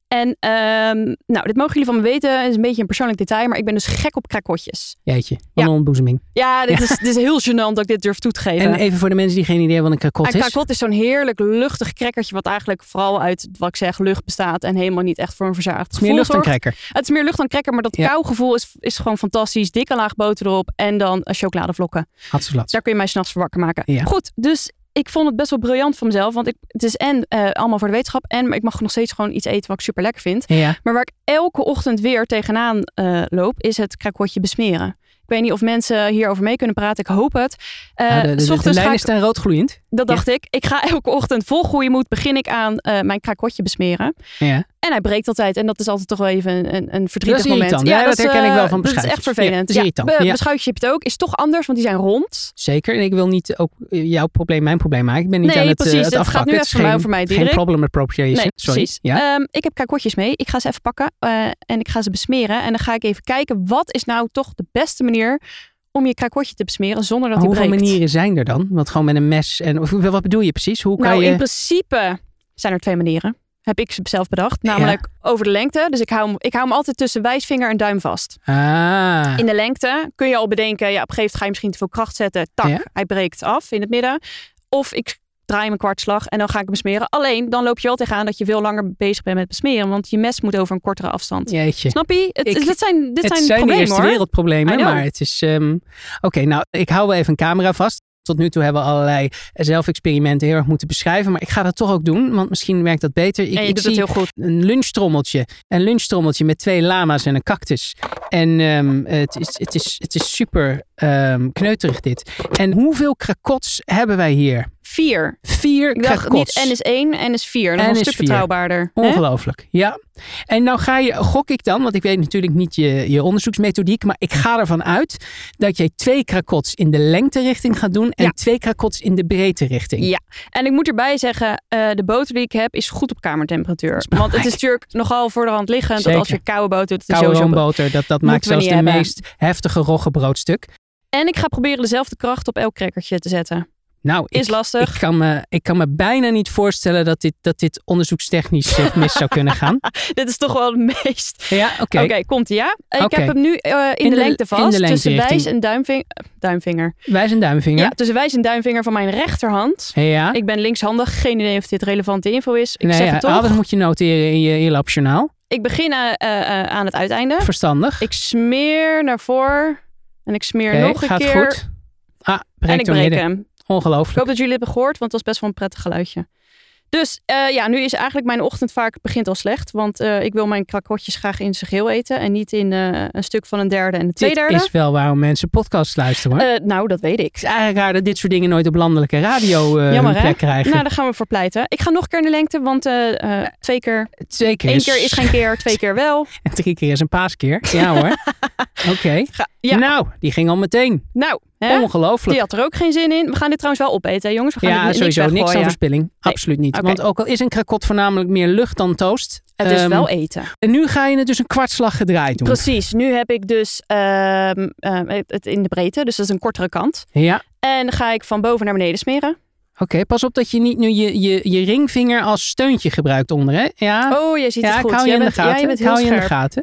En um, nou, dit mogen jullie van me weten. Het is een beetje een persoonlijk detail, maar ik ben dus gek op krakotjes. Jeetje, wat een ja. ontboezeming. Ja, dit, ja. Is, dit is heel gênant dat ik dit durf toe te geven. En even voor de mensen die geen idee hebben wat een krakot is. Een krakot is zo'n heerlijk luchtig crackertje wat eigenlijk vooral uit, wat ik zeg, lucht bestaat en helemaal niet echt voor een verzadigd Het is meer lucht dan cracker. Het is meer lucht dan cracker, maar dat ja. kauwgevoel is, is gewoon fantastisch. Dikke laag boter erop en dan chocoladevlokken. Hartstikke Daar kun je mij 's nachts voor wakker maken. Ja. Goed, dus ik vond het best wel briljant van mezelf. Want ik, het is en uh, allemaal voor de wetenschap. En maar ik mag nog steeds gewoon iets eten wat ik super lekker vind. Ja. Maar waar ik elke ochtend weer tegenaan uh, loop, is het krakotje besmeren. Ik weet niet of mensen hierover mee kunnen praten. Ik hoop het. Uh, ja, de de, de, de lijnen staan roodgloeiend. Dat dacht ja. ik. Ik ga elke ochtend vol goede moed begin ik aan uh, mijn krakotje besmeren. Ja. En hij breekt altijd. En dat is altijd toch wel even een, een verdrietig dat is moment. Ja, ja, dat, dat herken ik wel van beschuitjes. Dat is echt vervelend. Ja, dat is irritant. Ja, ja. Beschuitjes heb je het ook. Is toch anders, want die zijn rond. Zeker. En ik wil niet ook jouw probleem mijn probleem maken. Ik ben niet nee, aan het, precies. uh, het afvakken. Het gaat nu even geen, over mij, Dirk. Geen problem appropriation. Nee, Sorry. precies. Ja? Um, ik heb krakotjes mee. Ik ga ze even pakken. Uh, en ik ga ze besmeren. En dan ga ik even kijken. Wat is nou toch de beste manier om je krakotje te besmeren zonder dat hij breekt? Hoeveel manieren zijn er dan? Want gewoon met een mes. En of, wat bedoel je precies? Hoe kan nou, je... in principe zijn er twee manieren. Heb ik zelf bedacht. Namelijk ja. over de lengte. Dus ik hou, hem, ik hou hem altijd tussen wijsvinger en duim vast. Ah. In de lengte kun je al bedenken. Ja, op een gegeven moment ga je misschien te veel kracht zetten. Tak, ja. hij breekt af in het midden. Of ik draai hem een kwartslag en dan ga ik hem besmeren. Alleen, dan loop je wel tegenaan dat je veel langer bezig bent met besmeren. Want je mes moet over een kortere afstand. Jeetje. Snap je? Het, ik, dit zijn, dit het zijn, zijn problemen, de eerste hoor. wereldproblemen. Maar het is... Um... Oké, okay, nou, ik hou wel even een camera vast. Tot nu toe hebben we allerlei zelfexperimenten heel erg moeten beschrijven. Maar ik ga dat toch ook doen, want misschien werkt dat beter. Ik, en je ik doet zie het heel goed. Een lunchtrommeltje. Een lunchtrommeltje met twee lama's en een cactus. En um, het, is, het, is, het is super um, kneuterig dit. En hoeveel krakots hebben wij hier? Vier. Vier ik dacht krakots. Niet N is één, N is vier. Dat is een stuk betrouwbaarder. Ongelooflijk, hè? Ja. En nou ga je, gok ik dan, want ik weet natuurlijk niet je, je onderzoeksmethodiek, maar ik ga ervan uit dat jij twee krakots in de lengterichting gaat doen en ja. twee krakots in de breedterichting. Ja, en ik moet erbij zeggen, uh, de boter die ik heb is goed op kamertemperatuur. Want het is natuurlijk nogal voor de hand liggend dat als je koude boter doet, koude roomboter, dat, dat maakt zelfs de hebben. meest heftige roggebrood-stuk. En ik ga proberen dezelfde kracht op elk crackertje te zetten. Nou, is ik, lastig. Ik kan, me, ik kan me bijna niet voorstellen dat dit, dat dit onderzoekstechnisch mis zou kunnen gaan. Dit is toch wel het meest... Ja, oké. Oké, okay, komt-ie, ja? Ik okay. heb hem nu uh, in, in de, de lengte vast. De tussen wijs en duimvinger. duimvinger. Wijs en duimvinger? Ja, tussen wijs en duimvinger van mijn rechterhand. Ja. Ik ben linkshandig. Geen idee of dit relevante info is. Ik nee, zeg ja, het toch. Alles moet je noteren in je, in je labjournaal. Ik begin uh, uh, aan het uiteinde. Verstandig. Ik smeer naar voren. En ik smeer okay, nog een gaat keer. Goed. Ah, breek en ik breek hem. Ongelooflijk. Ik hoop dat jullie het hebben gehoord, want het was best wel een prettig geluidje. Dus uh, ja, nu is eigenlijk mijn ochtend vaak begint al slecht. Want uh, ik wil mijn krakotjes graag in zijn geheel eten. En niet in uh, een stuk van een derde en een twee derde. Dit is wel waarom mensen podcasts luisteren, hoor. Uh, nou, dat weet ik. Het is eigenlijk raar dat dit soort dingen nooit op landelijke radio uh, Jammer, een plek hè? krijgen. Nou, daar gaan we voor pleiten. Ik ga nog een keer in de lengte, want uh, uh, twee keer... Twee keer Eén is... keer is geen keer, twee keer wel. En drie keer is een paaskeer. Ja hoor. Oké. Okay. Ja. Nou, die ging al meteen. Nou, hè? Ongelooflijk. Die had er ook geen zin in. We gaan dit trouwens wel opeten, hè, jongens. We gaan ja, dit sowieso. niks, niks aan verspilling. Nee. Absoluut niet. Okay. Want ook al is een krakot voornamelijk meer lucht dan toast. Het is um, wel eten. En nu ga je het dus een kwartslag gedraaid doen. Precies. Nu heb ik dus uh, uh, het in de breedte. Dus dat is een kortere kant. Ja. En dan ga ik van boven naar beneden smeren. Oké, okay, pas op dat je niet nu je, je, je ringvinger als steuntje gebruikt onder, hè? Ja. Oh, je ziet ja, het goed. Ik hou je Jij in bent, de gaten. Ja, je bent ik heel hou je scherp. in de gaten.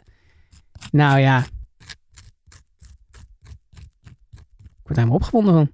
Nou ja. Ik word helemaal opgewonden van.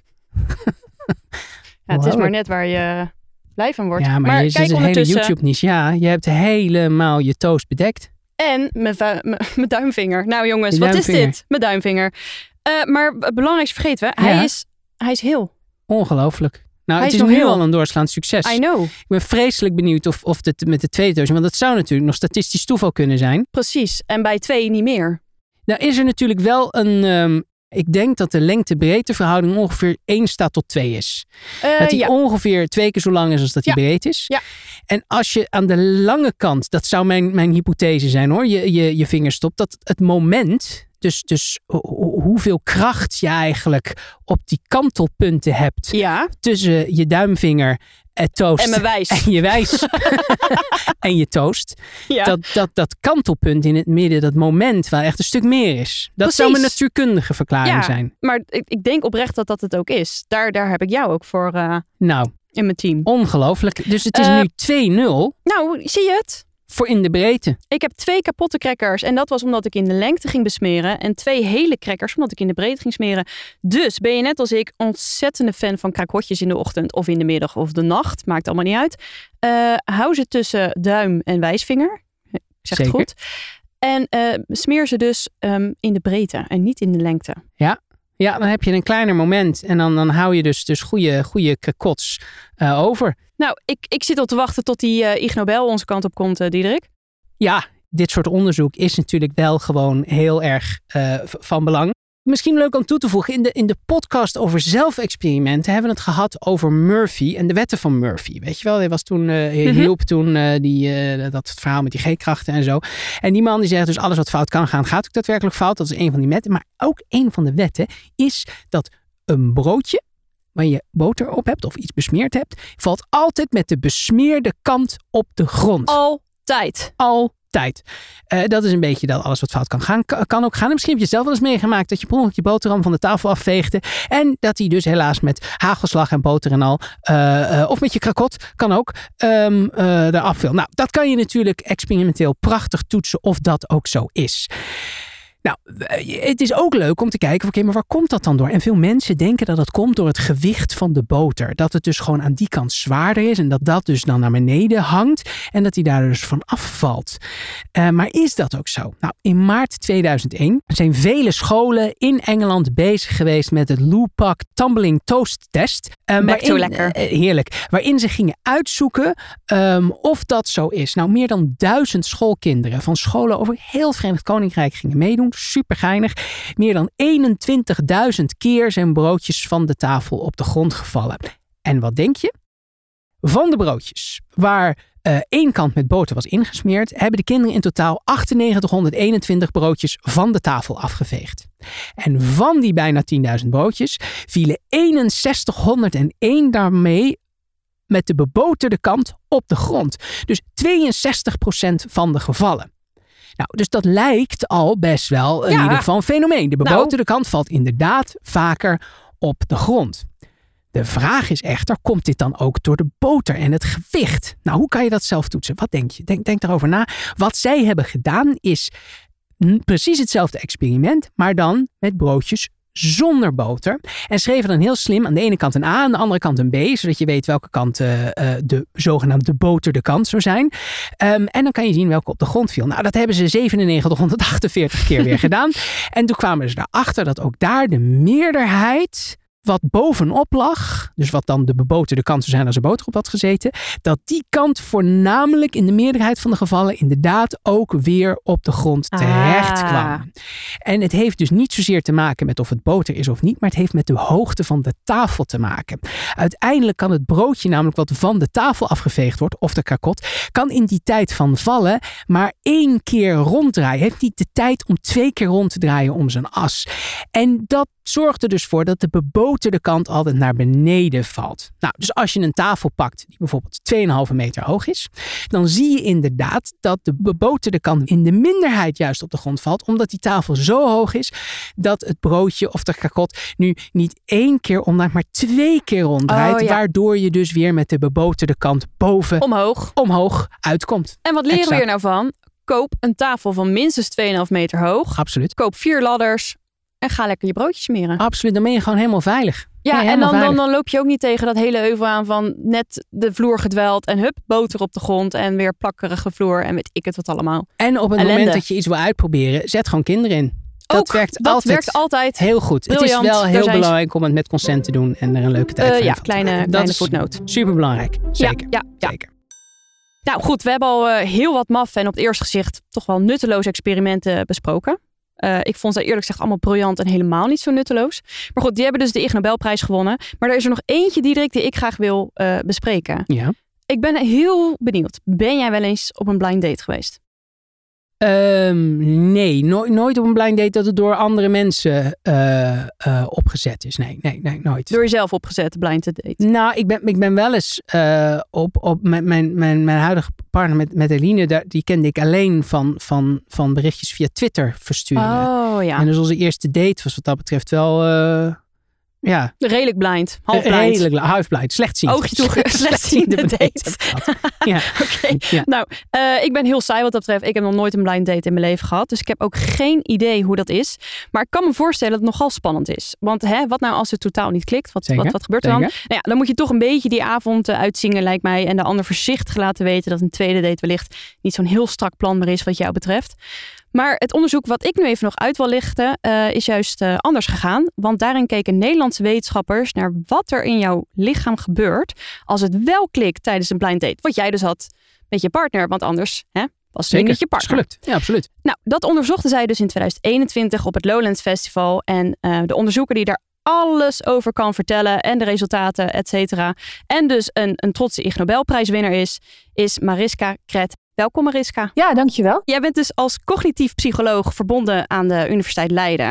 Ja, het is maar net waar je blij van wordt. Ja, maar, maar je zit een hele YouTube-niche. Ja, je hebt helemaal je toast bedekt. En mijn, mijn duimvinger. Nou jongens, wat is dit? Mijn duimvinger. Uh, maar het belangrijkste vergeten we. Ja. Hij, is, hij is heel. Ongelooflijk. Nou, hij het is, is nu heel. al een doorslaand succes. I know. Ik ben vreselijk benieuwd of, of het met de tweede toast... Want dat zou natuurlijk nog statistisch toeval kunnen zijn. Precies. En bij twee niet meer. Nou is er natuurlijk wel een... Um, ik denk dat de lengte-breedte verhouding ongeveer één staat tot twee is. Uh, dat die ja. ongeveer twee keer zo lang is als dat die ja. breed is. Ja. En als je aan de lange kant, dat zou mijn, mijn hypothese zijn hoor, je, je, je vinger stopt, dat het moment, dus, dus ho- hoeveel kracht je eigenlijk op die kantelpunten hebt ja. tussen je duimvinger en toast. En mijn wijs. En je wijs. en je toast. Ja. Dat, dat, dat kantelpunt in het midden, dat moment waar echt een stuk meer is. Dat Precies. zou mijn natuurkundige verklaring ja, zijn. Maar ik, ik denk oprecht dat dat het ook is. Daar, daar heb ik jou ook voor uh, nou, in mijn team. Ongelooflijk. Dus het is uh, nu twee nul. Nou, zie je het? voor in de breedte. Ik heb twee kapotte crackers en dat was omdat ik in de lengte ging besmeren. En twee hele crackers omdat ik in de breedte ging smeren. Dus ben je net als ik ontzettende fan van krakotjes in de ochtend of in de middag of de nacht. Maakt allemaal niet uit. Uh, hou ze tussen duim en wijsvinger. Ik zeg Zeker. het goed. En uh, smeer ze dus um, in de breedte en niet in de lengte. Ja. Ja, dan heb je een kleiner moment en dan, dan hou je dus, dus goede, goede krakots uh, over. Nou, ik, ik zit al te wachten tot die uh, Ig Nobel onze kant op komt, uh, Diederik. Ja, dit soort onderzoek is natuurlijk wel gewoon heel erg uh, van belang. Misschien leuk om toe te voegen, in de, in de podcast over zelfexperimenten hebben we het gehad over Murphy en de wetten van Murphy. Weet je wel, hij was toen, uh, hij hielp toen uh, die, uh, dat verhaal met die G-krachten en zo. En die man die zegt dus alles wat fout kan gaan, gaat ook daadwerkelijk fout. Dat is een van die wetten. Maar ook een van de wetten is dat een broodje waar je boter op hebt of iets besmeerd hebt, valt altijd met de besmeerde kant op de grond. Altijd. Altijd. Uh, dat is een beetje dat alles wat fout kan gaan, kan ook gaan. En misschien heb je zelf wel eens meegemaakt dat je per ongeluk je boterham van de tafel afveegde. En dat die dus helaas met hagelslag en boter en al, uh, uh, of met je krakot, kan ook, um, uh, eraf viel. Nou, dat kan je natuurlijk experimenteel prachtig toetsen of dat ook zo is. Nou, het is ook leuk om te kijken, oké, maar waar komt dat dan door? En veel mensen denken dat het komt door het gewicht van de boter. Dat het dus gewoon aan die kant zwaarder is en dat dat dus dan naar beneden hangt en dat die daar dus van afvalt. Uh, maar is dat ook zo? Nou, in maart tweeduizend één zijn vele scholen in Engeland bezig geweest met het Lupak Tumbling Toast Test. Um, Back to lekker. Uh, heerlijk. Waarin ze gingen uitzoeken um, of dat zo is. Nou, meer dan duizend schoolkinderen van scholen over heel het Verenigd Koninkrijk gingen meedoen. Super geinig. Meer dan eenentwintigduizend keer zijn broodjes van de tafel op de grond gevallen. En wat denk je? Van de broodjes waar uh, één kant met boter was ingesmeerd, hebben de kinderen in totaal achtennegentighonderdeenentwintig broodjes van de tafel afgeveegd. En van die bijna tienduizend broodjes vielen eenenzestighonderdéén daarmee met de beboterde kant op de grond. Dus tweeënzestig procent van de gevallen. Nou, dus dat lijkt al best wel in ja. ieder geval een fenomeen. De beboterde nou. kant valt inderdaad vaker op de grond. De vraag is echter, komt dit dan ook door de boter en het gewicht? Nou, hoe kan je dat zelf toetsen? Wat denk je? Denk, denk daarover na. Wat zij hebben gedaan is precies hetzelfde experiment, maar dan met broodjes zonder boter. En schreven dan heel slim aan de ene kant een A, aan de andere kant een B, zodat je weet welke kant uh, de zogenaamde beboterde kant zou zijn. Um, en dan kan je zien welke op de grond viel. Nou, dat hebben ze zevenennegentighonderdachtenveertig keer weer gedaan. En toen kwamen ze erachter dat ook daar de meerderheid wat bovenop lag, dus wat dan de beboterde kant zou zijn als er boter op had gezeten, dat die kant voornamelijk in de meerderheid van de gevallen inderdaad ook weer op de grond terecht ah. kwam. En het heeft dus niet zozeer te maken met of het boter is of niet, maar het heeft met de hoogte van de tafel te maken. Uiteindelijk kan het broodje namelijk wat van de tafel afgeveegd wordt, of de krakot, kan in die tijd van vallen maar één keer ronddraaien. Heeft niet de tijd om twee keer rond te draaien om zijn as. En dat zorgt er dus voor dat de beboterde kant altijd naar beneden valt. Nou, dus als je een tafel pakt die bijvoorbeeld twee komma vijf meter hoog is, dan zie je inderdaad dat de beboterde kant in de minderheid juist op de grond valt, omdat die tafel zo hoog is dat het broodje of de krakot nu niet één keer omdraait, maar twee keer ronddraait, oh, ja. waardoor je dus weer met de beboterde kant boven omhoog, omhoog uitkomt. En wat leren exact. we hier nou van? Koop een tafel van minstens twee komma vijf meter hoog. Absoluut. Koop vier ladders. En ga lekker je broodjes smeren. Absoluut, dan ben je gewoon helemaal veilig. Ja, en dan, dan, dan loop je ook niet tegen dat hele heuvel aan van net de vloer gedweld en hup, boter op de grond en weer plakkerige vloer en weet ik het wat allemaal. En op het Ellende. moment dat je iets wil uitproberen, zet gewoon kinderen in. Dat, ook, werkt, dat altijd werkt altijd. Heel goed. Briljant. Het is wel heel Daar belangrijk om het met consent te doen en er een leuke tijd uh, voor ja, te kleine, maken. kleine Dat voetnoot. is super belangrijk. Zeker. Ja, ja, ja. Zeker. Nou goed, we hebben al uh, heel wat maf en op het eerste gezicht toch wel nutteloze experimenten besproken. Uh, ik vond ze eerlijk gezegd allemaal briljant en helemaal niet zo nutteloos. Maar goed, die hebben dus de Ig Nobelprijs gewonnen. Maar er is er nog eentje, Diederik, die ik graag wil uh, bespreken. Ja. Ik ben heel benieuwd. Ben jij wel eens op een blind date geweest? Um, nee, no- nooit op een blind date dat het door andere mensen uh, uh, opgezet is. Nee, nee, nee, nooit. Door jezelf opgezet, blind date? Nou, ik ben, ik ben wel eens uh, op, op mijn, mijn, mijn, mijn huidige partner met, met Eline, daar, die kende ik alleen van, van, van berichtjes via Twitter versturen. Oh ja. En dus onze eerste date was wat dat betreft wel uh, Ja. Redelijk blind. Half blind. Redelijk half blind. Slechtziend. Oogje toe. Slechtziende date. Ja. Oké. Okay. Ja. Nou, uh, ik ben heel saai wat dat betreft. Ik heb nog nooit een blind date in mijn leven gehad. Dus ik heb ook geen idee hoe dat is. Maar ik kan me voorstellen dat het nogal spannend is. Want hè, wat nou als het totaal niet klikt? Wat, wat, wat gebeurt er dan? Nou ja, dan moet je toch een beetje die avond uh, uitzingen, lijkt mij. En de ander voorzichtig laten weten dat een tweede date wellicht niet zo'n heel strak plan meer is wat jou betreft. Maar het onderzoek wat ik nu even nog uit wil lichten uh, is juist uh, anders gegaan. Want daarin keken Nederlandse wetenschappers naar wat er in jouw lichaam gebeurt als het wel klikt tijdens een blind date. Wat jij dus had met je partner, want anders hè, was het niet met je partner. Gelukt. Ja, absoluut. Nou, dat onderzochten zij dus in twintig eenentwintig op het Lowlands Festival. En uh, de onderzoeker die daar alles over kan vertellen en de resultaten, et cetera. En dus een, een trotse Ig Nobelprijswinnaar is, is Mariska Kret. Welkom Mariska. Ja, dankjewel. Jij bent dus als cognitief psycholoog verbonden aan de Universiteit Leiden.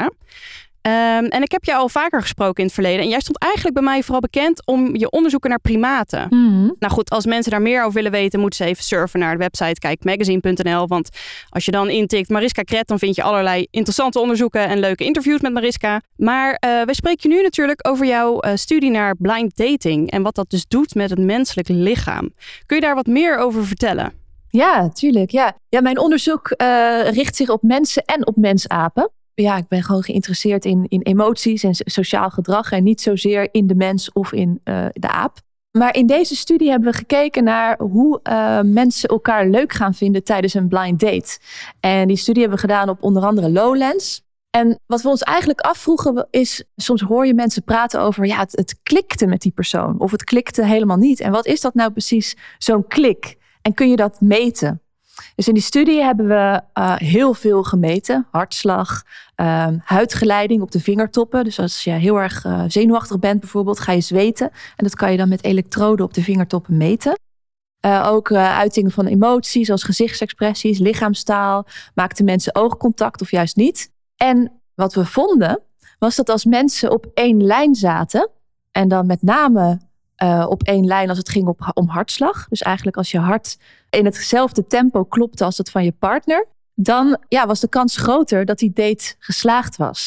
Um, en ik heb jou al vaker gesproken in het verleden. En jij stond eigenlijk bij mij vooral bekend om je onderzoeken naar primaten. Mm-hmm. Nou goed, als mensen daar meer over willen weten, moeten ze even surfen naar de website kijk magazine punt n l. Want als je dan intikt Mariska Kret, dan vind je allerlei interessante onderzoeken en leuke interviews met Mariska. Maar uh, wij spreken nu natuurlijk over jouw uh, studie naar blind dating. En wat dat dus doet met het menselijk lichaam. Kun je daar wat meer over vertellen? Ja, tuurlijk. Ja. Ja, mijn onderzoek uh, richt zich op mensen en op mensapen. Ja, ik ben gewoon geïnteresseerd in, in emoties en sociaal gedrag en niet zozeer in de mens of in uh, de aap. Maar in deze studie hebben we gekeken naar hoe uh, mensen elkaar leuk gaan vinden tijdens een blind date. En die studie hebben we gedaan op onder andere Lowlands. En wat we ons eigenlijk afvroegen is, soms hoor je mensen praten over, ja, het, het klikte met die persoon of het klikte helemaal niet. En wat is dat nou precies, zo'n klik? En kun je dat meten? Dus in die studie hebben we uh, heel veel gemeten. Hartslag, uh, huidgeleiding op de vingertoppen. Dus als je heel erg uh, zenuwachtig bent bijvoorbeeld, ga je zweten. En dat kan je dan met elektroden op de vingertoppen meten. Uh, ook uh, uitingen van emoties, zoals gezichtsexpressies, lichaamstaal. Maakten mensen oogcontact of juist niet? En wat we vonden, was dat als mensen op één lijn zaten, en dan met name uh, op één lijn als het ging op, om hartslag. Dus eigenlijk als je hart in hetzelfde tempo klopte als dat van je partner, dan ja, was de kans groter dat die date geslaagd was.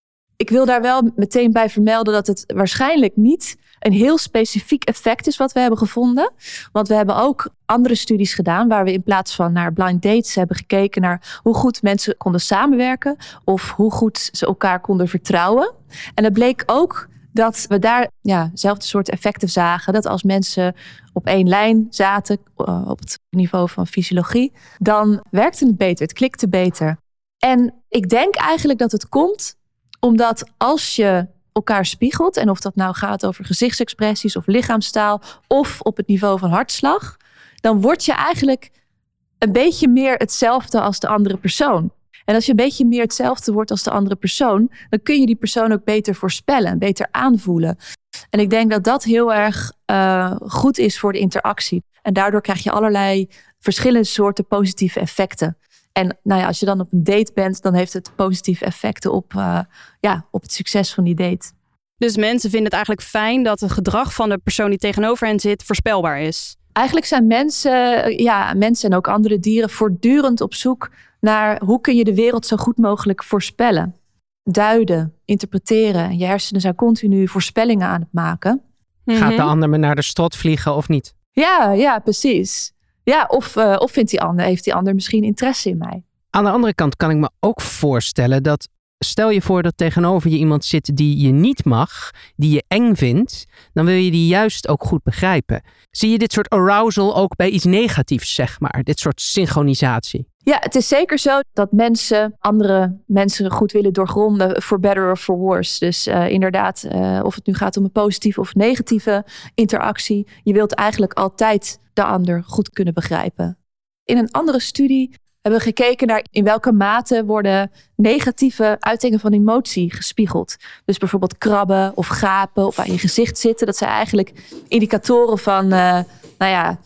Ik wil daar wel meteen bij vermelden dat het waarschijnlijk niet een heel specifiek effect is wat we hebben gevonden. Want we hebben ook andere studies gedaan waar we in plaats van naar blind dates hebben gekeken naar hoe goed mensen konden samenwerken of hoe goed ze elkaar konden vertrouwen. En het bleek ook dat we daar ja, zelfde soort effecten zagen. Dat als mensen op één lijn zaten uh, op het niveau van fysiologie, dan werkte het beter, het klikte beter. En ik denk eigenlijk dat het komt omdat als je elkaar spiegelt, en of dat nou gaat over gezichtsexpressies of lichaamstaal of op het niveau van hartslag, dan word je eigenlijk een beetje meer hetzelfde als de andere persoon. En als je een beetje meer hetzelfde wordt als de andere persoon, dan kun je die persoon ook beter voorspellen, beter aanvoelen. En ik denk dat dat heel erg uh, goed is voor de interactie. En daardoor krijg je allerlei verschillende soorten positieve effecten. En nou ja, als je dan op een date bent, dan heeft het positieve effecten op, uh, ja, op het succes van die date. Dus mensen vinden het eigenlijk fijn dat het gedrag van de persoon die tegenover hen zit voorspelbaar is? Eigenlijk zijn mensen, ja, mensen en ook andere dieren voortdurend op zoek naar hoe kun je de wereld zo goed mogelijk voorspellen. Duiden, interpreteren. Je hersenen zijn continu voorspellingen aan het maken. Mm-hmm. Gaat de ander me naar de strot vliegen of niet? Ja, ja, precies. Ja, of, uh, of vindt die ander, heeft die ander misschien interesse in mij? Aan de andere kant kan ik me ook voorstellen dat, stel je voor dat tegenover je iemand zit die je niet mag, die je eng vindt, dan wil je die juist ook goed begrijpen. Zie je dit soort arousal ook bij iets negatiefs, zeg maar? Dit soort synchronisatie? Ja, het is zeker zo dat mensen andere mensen goed willen doorgronden, for better or for worse. Dus uh, inderdaad, uh, of het nu gaat om een positieve of negatieve interactie, je wilt eigenlijk altijd de ander goed kunnen begrijpen. In een andere studie hebben we gekeken naar in welke mate worden negatieve uitingen van emotie gespiegeld. Dus bijvoorbeeld krabben of gapen of aan je gezicht zitten. Dat zijn eigenlijk indicatoren van, uh, nou ja,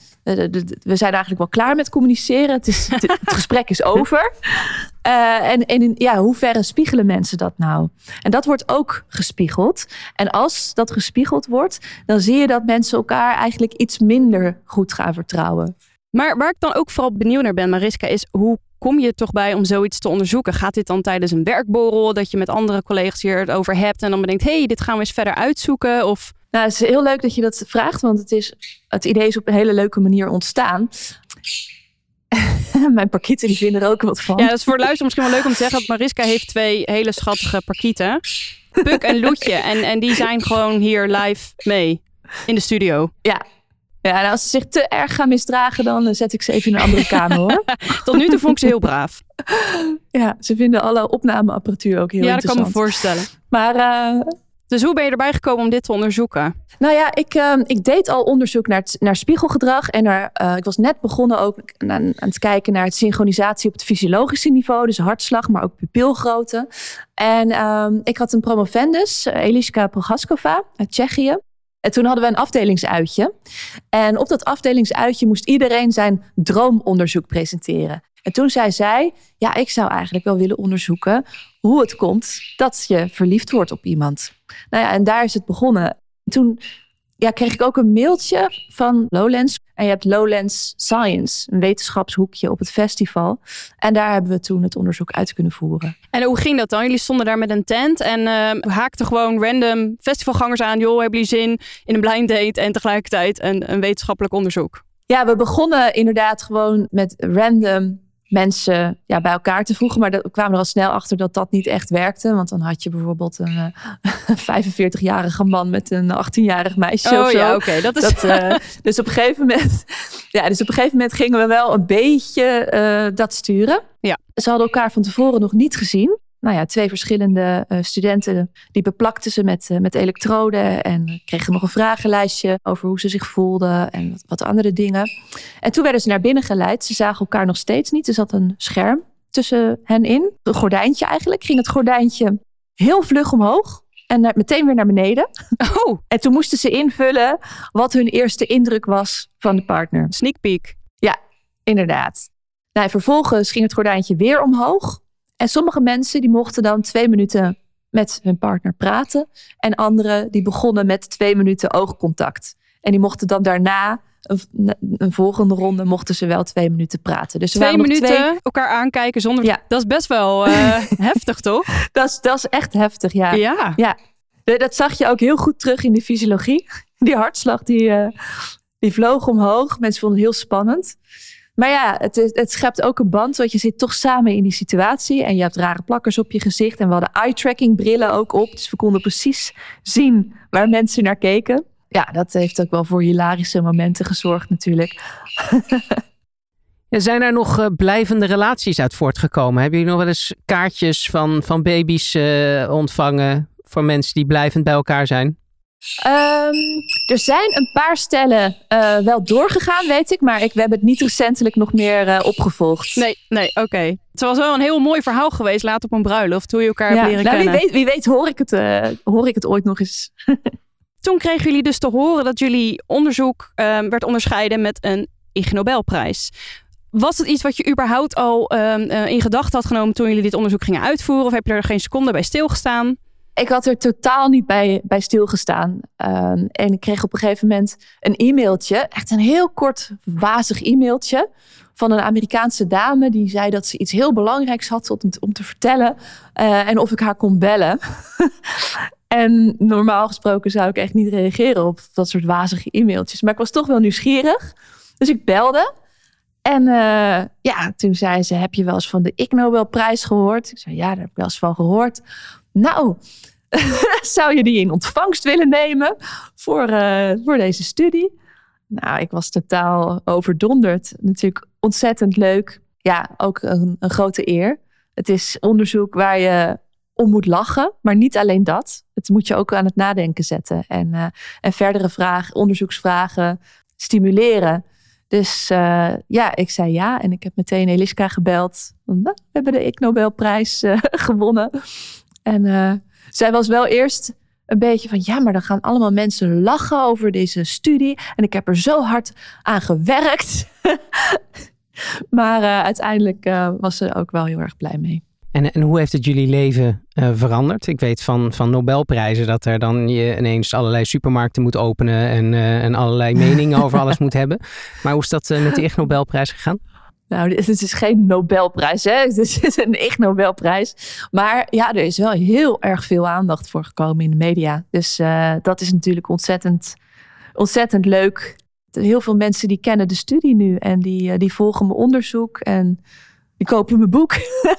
we zijn eigenlijk wel klaar met communiceren. Het, is, het gesprek is over. Uh, en en in ja, hoeverre spiegelen mensen dat nou? En dat wordt ook gespiegeld. En als dat gespiegeld wordt, dan zie je dat mensen elkaar eigenlijk iets minder goed gaan vertrouwen. Maar waar ik dan ook vooral benieuwd naar ben, Mariska, is hoe kom je toch bij om zoiets te onderzoeken? Gaat dit dan tijdens een werkborrel, dat je met andere collega's hier het over hebt en dan bedenkt, hé, hey, dit gaan we eens verder uitzoeken? Of... Nou, het is heel leuk dat je dat vraagt, want het, is, het idee is op een hele leuke manier ontstaan. Mijn parkieten die vinden er ook wat van. Ja, dat is voor het luisteren misschien wel leuk om te zeggen. Mariska heeft twee hele schattige parkieten. Puk en Loetje. En, en die zijn gewoon hier live mee in de studio. Ja. Ja, en als ze zich te erg gaan misdragen, dan zet ik ze even in een andere kamer, hoor. Tot nu toe vond ik ze heel braaf. Ja, ze vinden alle opnameapparatuur ook heel ja, interessant. Ja, dat kan me voorstellen. Maar... Uh... Dus hoe ben je erbij gekomen om dit te onderzoeken? Nou ja, ik, uh, ik deed al onderzoek naar, het, naar spiegelgedrag. En naar, uh, ik was net begonnen ook aan, aan het kijken naar het synchronisatie op het fysiologische niveau. Dus hartslag, maar ook pupilgrootte. En um, ik had een promovendus, Eliška Prohaskova uit Tsjechië. En toen hadden we een afdelingsuitje. En op dat afdelingsuitje moest iedereen zijn droomonderzoek presenteren. En toen zei zij, ja, ik zou eigenlijk wel willen onderzoeken hoe het komt dat je verliefd wordt op iemand. Nou ja, en daar is het begonnen. Toen ja, kreeg ik ook een mailtje van Lowlands. En je hebt Lowlands Science, een wetenschapshoekje op het festival. En daar hebben we toen het onderzoek uit kunnen voeren. En hoe ging dat dan? Jullie stonden daar met een tent en uh, haakten gewoon random festivalgangers aan. Joh, hebben jullie zin in een blind date en tegelijkertijd een, een wetenschappelijk onderzoek? Ja, we begonnen inderdaad gewoon met random mensen ja, bij elkaar te voegen. Maar we kwamen er al snel achter dat dat niet echt werkte. Want dan had je bijvoorbeeld een uh, vijfenveertigjarige man met een achttienjarig meisje oh, of zo. Ja, oké. Okay. Dat is... dat, uh, dus, op een gegeven moment, ja, dus op een gegeven moment gingen we wel een beetje uh, dat sturen. Ja. Ze hadden elkaar van tevoren nog niet gezien. Nou ja, twee verschillende uh, studenten, die beplakten ze met, uh, met elektroden en kregen nog een vragenlijstje over hoe ze zich voelden en wat, wat andere dingen. En toen werden ze naar binnen geleid. Ze zagen elkaar nog steeds niet. Er zat een scherm tussen hen in. Een gordijntje eigenlijk. Ging het gordijntje heel vlug omhoog en naar, meteen weer naar beneden. Oh. En toen moesten ze invullen wat hun eerste indruk was van de partner. Sneak peek. Ja, inderdaad. Nou, vervolgens ging het gordijntje weer omhoog. En sommige mensen die mochten dan twee minuten met hun partner praten. En anderen die begonnen met twee minuten oogcontact. En die mochten dan daarna, een, een volgende ronde, mochten ze wel twee minuten praten. Dus twee minuten twee... elkaar aankijken zonder... Ja. Dat is best wel uh, heftig, toch? Dat is, dat is echt heftig, ja. Ja. ja. Dat zag je ook heel goed terug in de fysiologie. Die hartslag die, uh, die vloog omhoog. Mensen vonden het heel spannend. Maar ja, het, het schept ook een band, want je zit toch samen in die situatie. En je hebt rare plakkers op je gezicht. En we hadden eye-tracking brillen ook op. Dus we konden precies zien waar mensen naar keken. Ja, dat heeft ook wel voor hilarische momenten gezorgd natuurlijk. Ja, zijn er nog uh, blijvende relaties uit voortgekomen? Hebben jullie nog wel eens kaartjes van, van baby's uh, ontvangen voor mensen die blijvend bij elkaar zijn? Um, er zijn een paar stellen uh, wel doorgegaan, weet ik. Maar ik, we hebben het niet recentelijk nog meer uh, opgevolgd. Nee, nee, oké. Okay. Het was wel een heel mooi verhaal geweest later op een bruiloft. Hoe je elkaar ja, hebt leren nou, kennen. Wie weet, wie weet hoor, ik het, uh, hoor ik het ooit nog eens. Toen kregen jullie dus te horen dat jullie onderzoek uh, werd onderscheiden met een Ig Nobelprijs. Was het iets wat je überhaupt al uh, uh, in gedachten had genomen toen jullie dit onderzoek gingen uitvoeren? Of heb je er geen seconde bij stilgestaan? Ik had er totaal niet bij, bij stilgestaan. Uh, en ik kreeg op een gegeven moment een e-mailtje. Echt een heel kort, wazig e-mailtje. Van een Amerikaanse dame. Die zei dat ze iets heel belangrijks had om, om te vertellen. Uh, en of ik haar kon bellen. En normaal gesproken zou ik echt niet reageren op dat soort wazige e-mailtjes. Maar ik was toch wel nieuwsgierig. Dus ik belde. En uh, ja, toen zei ze, heb je wel eens van de Ig Nobelprijs gehoord? Ik zei, ja, daar heb ik wel eens van gehoord. Nou, zou je die in ontvangst willen nemen voor, uh, voor deze studie? Nou, ik was totaal overdonderd. Natuurlijk ontzettend leuk. Ja, ook een, een grote eer. Het is onderzoek waar je om moet lachen, maar niet alleen dat. Het moet je ook aan het nadenken zetten. En, uh, en verdere vragen, onderzoeksvragen stimuleren. Dus uh, ja, ik zei ja. En ik heb meteen Eliška gebeld. Nou, we hebben de Ig Nobelprijs uh, gewonnen. En uh, zij was wel eerst een beetje van... ja, maar dan gaan allemaal mensen lachen over deze studie. En ik heb er zo hard aan gewerkt. Maar uh, uiteindelijk uh, was ze er ook wel heel erg blij mee. En, en hoe heeft het jullie leven uh, veranderd? Ik weet van, van Nobelprijzen dat er dan je ineens allerlei supermarkten moet openen... en, uh, en allerlei meningen over alles moet hebben. Maar hoe is dat uh, met de Ig Nobelprijs gegaan? Nou, het is geen Nobelprijs, hè? Het is een Ig Nobelprijs. Maar ja, er is wel heel erg veel aandacht voor gekomen in de media. Dus uh, dat is natuurlijk ontzettend, ontzettend leuk. Heel veel mensen die kennen de studie nu en die, uh, die volgen mijn onderzoek en die kopen mijn boek.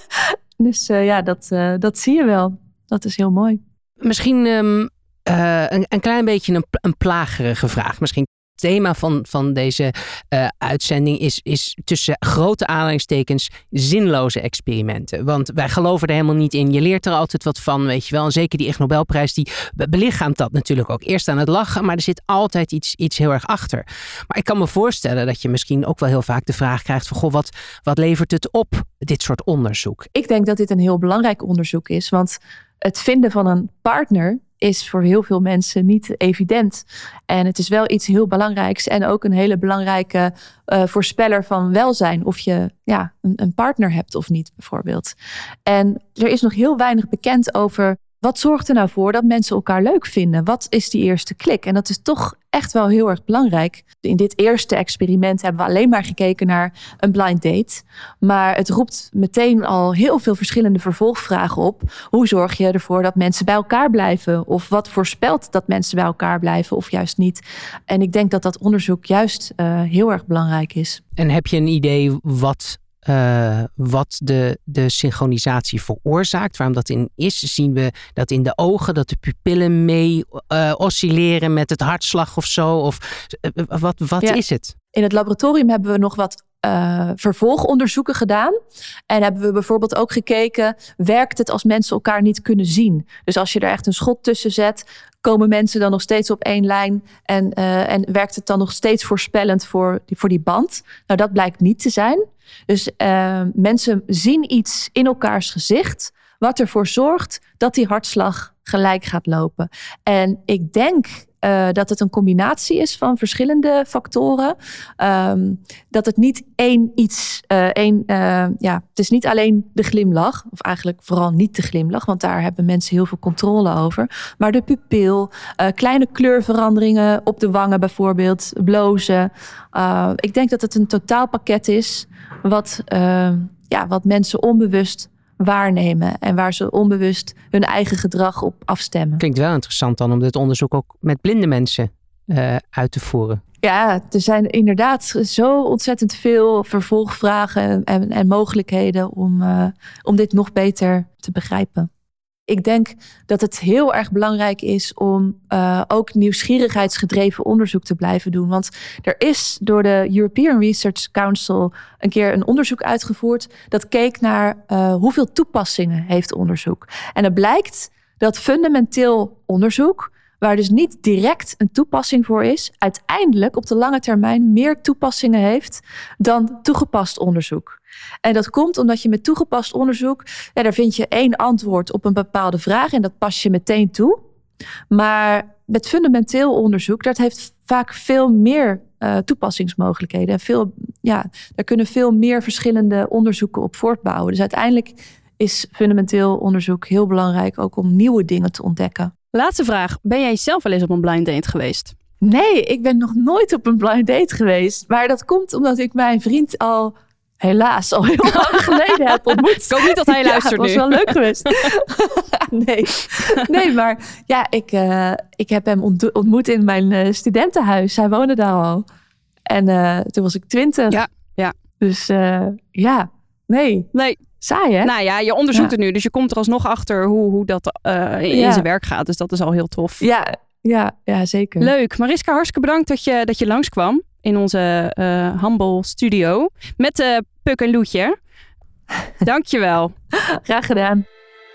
Dus uh, ja, dat, uh, dat zie je wel. Dat is heel mooi. Misschien um, uh, een, een klein beetje een, een plagerige vraag. Misschien het thema van, van deze uh, uitzending is, is tussen grote aanhalingstekens zinloze experimenten. Want wij geloven er helemaal niet in. Je leert er altijd wat van, weet je wel. En zeker die Ig Nobelprijs, die belichaamt dat natuurlijk ook. Eerst aan het lachen, maar er zit altijd iets, iets heel erg achter. Maar ik kan me voorstellen dat je misschien ook wel heel vaak de vraag krijgt van, goh, wat, wat levert het op, dit soort onderzoek? Ik denk dat dit een heel belangrijk onderzoek is, want het vinden van een partner is voor heel veel mensen niet evident. En het is wel iets heel belangrijks en ook een hele belangrijke uh, voorspeller van welzijn. Of je ja, een, een partner hebt of niet, bijvoorbeeld. En er is nog heel weinig bekend over wat zorgt er nou voor dat mensen elkaar leuk vinden? Wat is die eerste klik? En dat is toch echt wel heel erg belangrijk. In dit eerste experiment hebben we alleen maar gekeken naar een blind date. Maar het roept meteen al heel veel verschillende vervolgvragen op. Hoe zorg je ervoor dat mensen bij elkaar blijven? Of wat voorspelt dat mensen bij elkaar blijven of juist niet? En ik denk dat dat onderzoek juist uh, heel erg belangrijk is. En heb je een idee wat... Uh, wat de, de synchronisatie veroorzaakt, waarom dat in is? Zien we dat in de ogen, dat de pupillen mee uh, oscilleren met het hartslag of zo? Of uh, wat, wat ja. is het? In het laboratorium hebben we nog wat uh, vervolgonderzoeken gedaan. En hebben we bijvoorbeeld ook gekeken, werkt het als mensen elkaar niet kunnen zien? Dus als je er echt een schot tussen zet, komen mensen dan nog steeds op één lijn en, uh, en werkt het dan nog steeds voorspellend voor die, voor die band? Nou, dat blijkt niet te zijn. Dus uh, mensen zien iets in elkaars gezicht wat ervoor zorgt dat die hartslag gelijk gaat lopen. En ik denk uh, dat het een combinatie is van verschillende factoren. Um, dat het niet één iets, uh, één, uh, ja, het is niet alleen de glimlach, of eigenlijk vooral niet de glimlach, want daar hebben mensen heel veel controle over. Maar de pupil, uh, kleine kleurveranderingen op de wangen bijvoorbeeld, blozen. Uh, ik denk dat het een totaalpakket is wat, uh, ja, wat mensen onbewust waarnemen en waar ze onbewust hun eigen gedrag op afstemmen. Klinkt wel interessant dan om dit onderzoek ook met blinde mensen uh, uit te voeren. Ja, er zijn inderdaad zo ontzettend veel vervolgvragen en, en mogelijkheden om, uh, om dit nog beter te begrijpen. Ik denk dat het heel erg belangrijk is om uh, ook nieuwsgierigheidsgedreven onderzoek te blijven doen. Want er is door de European Research Council een keer een onderzoek uitgevoerd dat keek naar uh, hoeveel toepassingen heeft onderzoek. En het blijkt dat fundamenteel onderzoek, waar dus niet direct een toepassing voor is, uiteindelijk op de lange termijn meer toepassingen heeft dan toegepast onderzoek. En dat komt omdat je met toegepast onderzoek, ja, daar vind je één antwoord op een bepaalde vraag en dat pas je meteen toe. Maar met fundamenteel onderzoek, dat heeft vaak veel meer uh, toepassingsmogelijkheden. Veel, ja, daar kunnen veel meer verschillende onderzoeken op voortbouwen. Dus uiteindelijk is fundamenteel onderzoek heel belangrijk ook om nieuwe dingen te ontdekken. Laatste vraag. Ben jij zelf wel eens op een blind date geweest? Nee, ik ben nog nooit op een blind date geweest. Maar dat komt omdat ik mijn vriend al, helaas, al heel lang geleden heb ontmoet. Ik hoop niet dat hij luistert nu. Ja, dat was wel leuk geweest. nee. nee, maar ja, ik, uh, ik heb hem ont- ontmoet in mijn uh, studentenhuis. Hij woonde daar al. En uh, toen was ik twintig. Ja, ja. Dus uh, ja, nee. Nee. Saai, hè? Nou ja, je onderzoekt ja. het nu. Dus je komt er alsnog achter hoe, hoe dat uh, in, ja. in zijn werk gaat. Dus dat is al heel tof. Ja, ja, ja zeker. Leuk. Mariska, hartstikke bedankt dat je, dat je langskwam in onze uh, Humble studio. Met uh, Puk en Loetje. Dankjewel. Graag gedaan.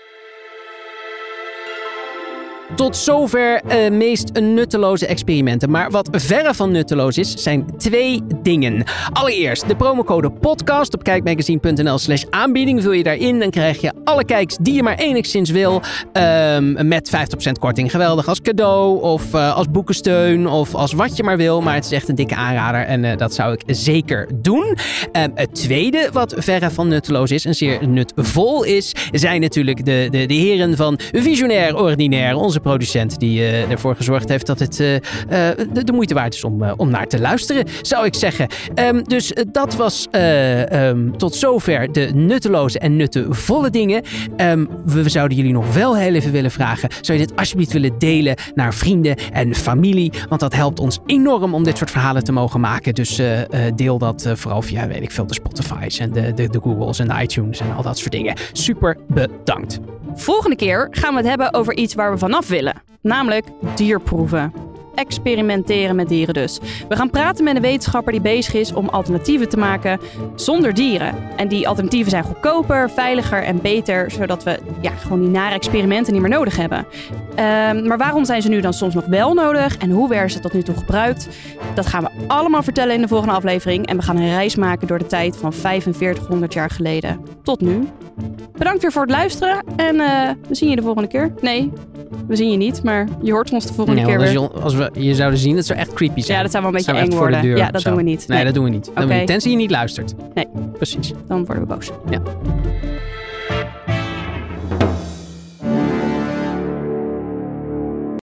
Tot zover uh, meest nutteloze experimenten. Maar wat verre van nutteloos is, zijn twee dingen. Allereerst de promocode podcast op kijkmagazine.nl slash aanbieding. Vul je daarin, dan krijg je alle kijks die je maar enigszins wil. Um, met vijftig procent korting. Geweldig als cadeau of uh, als boekensteun of als wat je maar wil. Maar het is echt een dikke aanrader en uh, dat zou ik zeker doen. Um, het tweede wat verre van nutteloos is en zeer nutvol is, zijn natuurlijk de, de, de heren van Visionair Ordinair. Onze onze producent die uh, ervoor gezorgd heeft dat het uh, uh, de, de moeite waard is om, uh, om naar te luisteren, zou ik zeggen. Um, dus uh, dat was uh, um, tot zover de nutteloze en nuttevolle dingen. Um, we, we zouden jullie nog wel heel even willen vragen, zou je dit alsjeblieft willen delen naar vrienden en familie? Want dat helpt ons enorm om dit soort verhalen te mogen maken. Dus uh, uh, deel dat uh, vooral via, weet ik veel, de Spotify's en de, de, de Googles en de iTunes en al dat soort dingen. Super bedankt. Volgende keer gaan we het hebben over iets waar we vanaf willen. Namelijk dierproeven. Experimenteren met dieren dus. We gaan praten met een wetenschapper die bezig is om alternatieven te maken zonder dieren. En die alternatieven zijn goedkoper, veiliger en beter, zodat we ja, gewoon die nare experimenten niet meer nodig hebben. Um, maar waarom zijn ze nu dan soms nog wel nodig en hoe werden ze tot nu toe gebruikt? Dat gaan we allemaal vertellen in de volgende aflevering. En we gaan een reis maken door de tijd van vijfenveertighonderd jaar geleden tot nu. Bedankt weer voor het luisteren en uh, we zien je de volgende keer. Nee, we zien je niet, maar je hoort ons de volgende nee, keer weer. Als, je, als we je zouden zien, dat zou echt creepy zijn. Ja, dat zou wel een beetje eng worden. Deur, ja, dat zo. doen we niet. Nee, nee. dat doen we niet. Dat Okay. doen we niet. Tenzij je niet luistert. Nee. Precies. Dan worden we boos. Ja.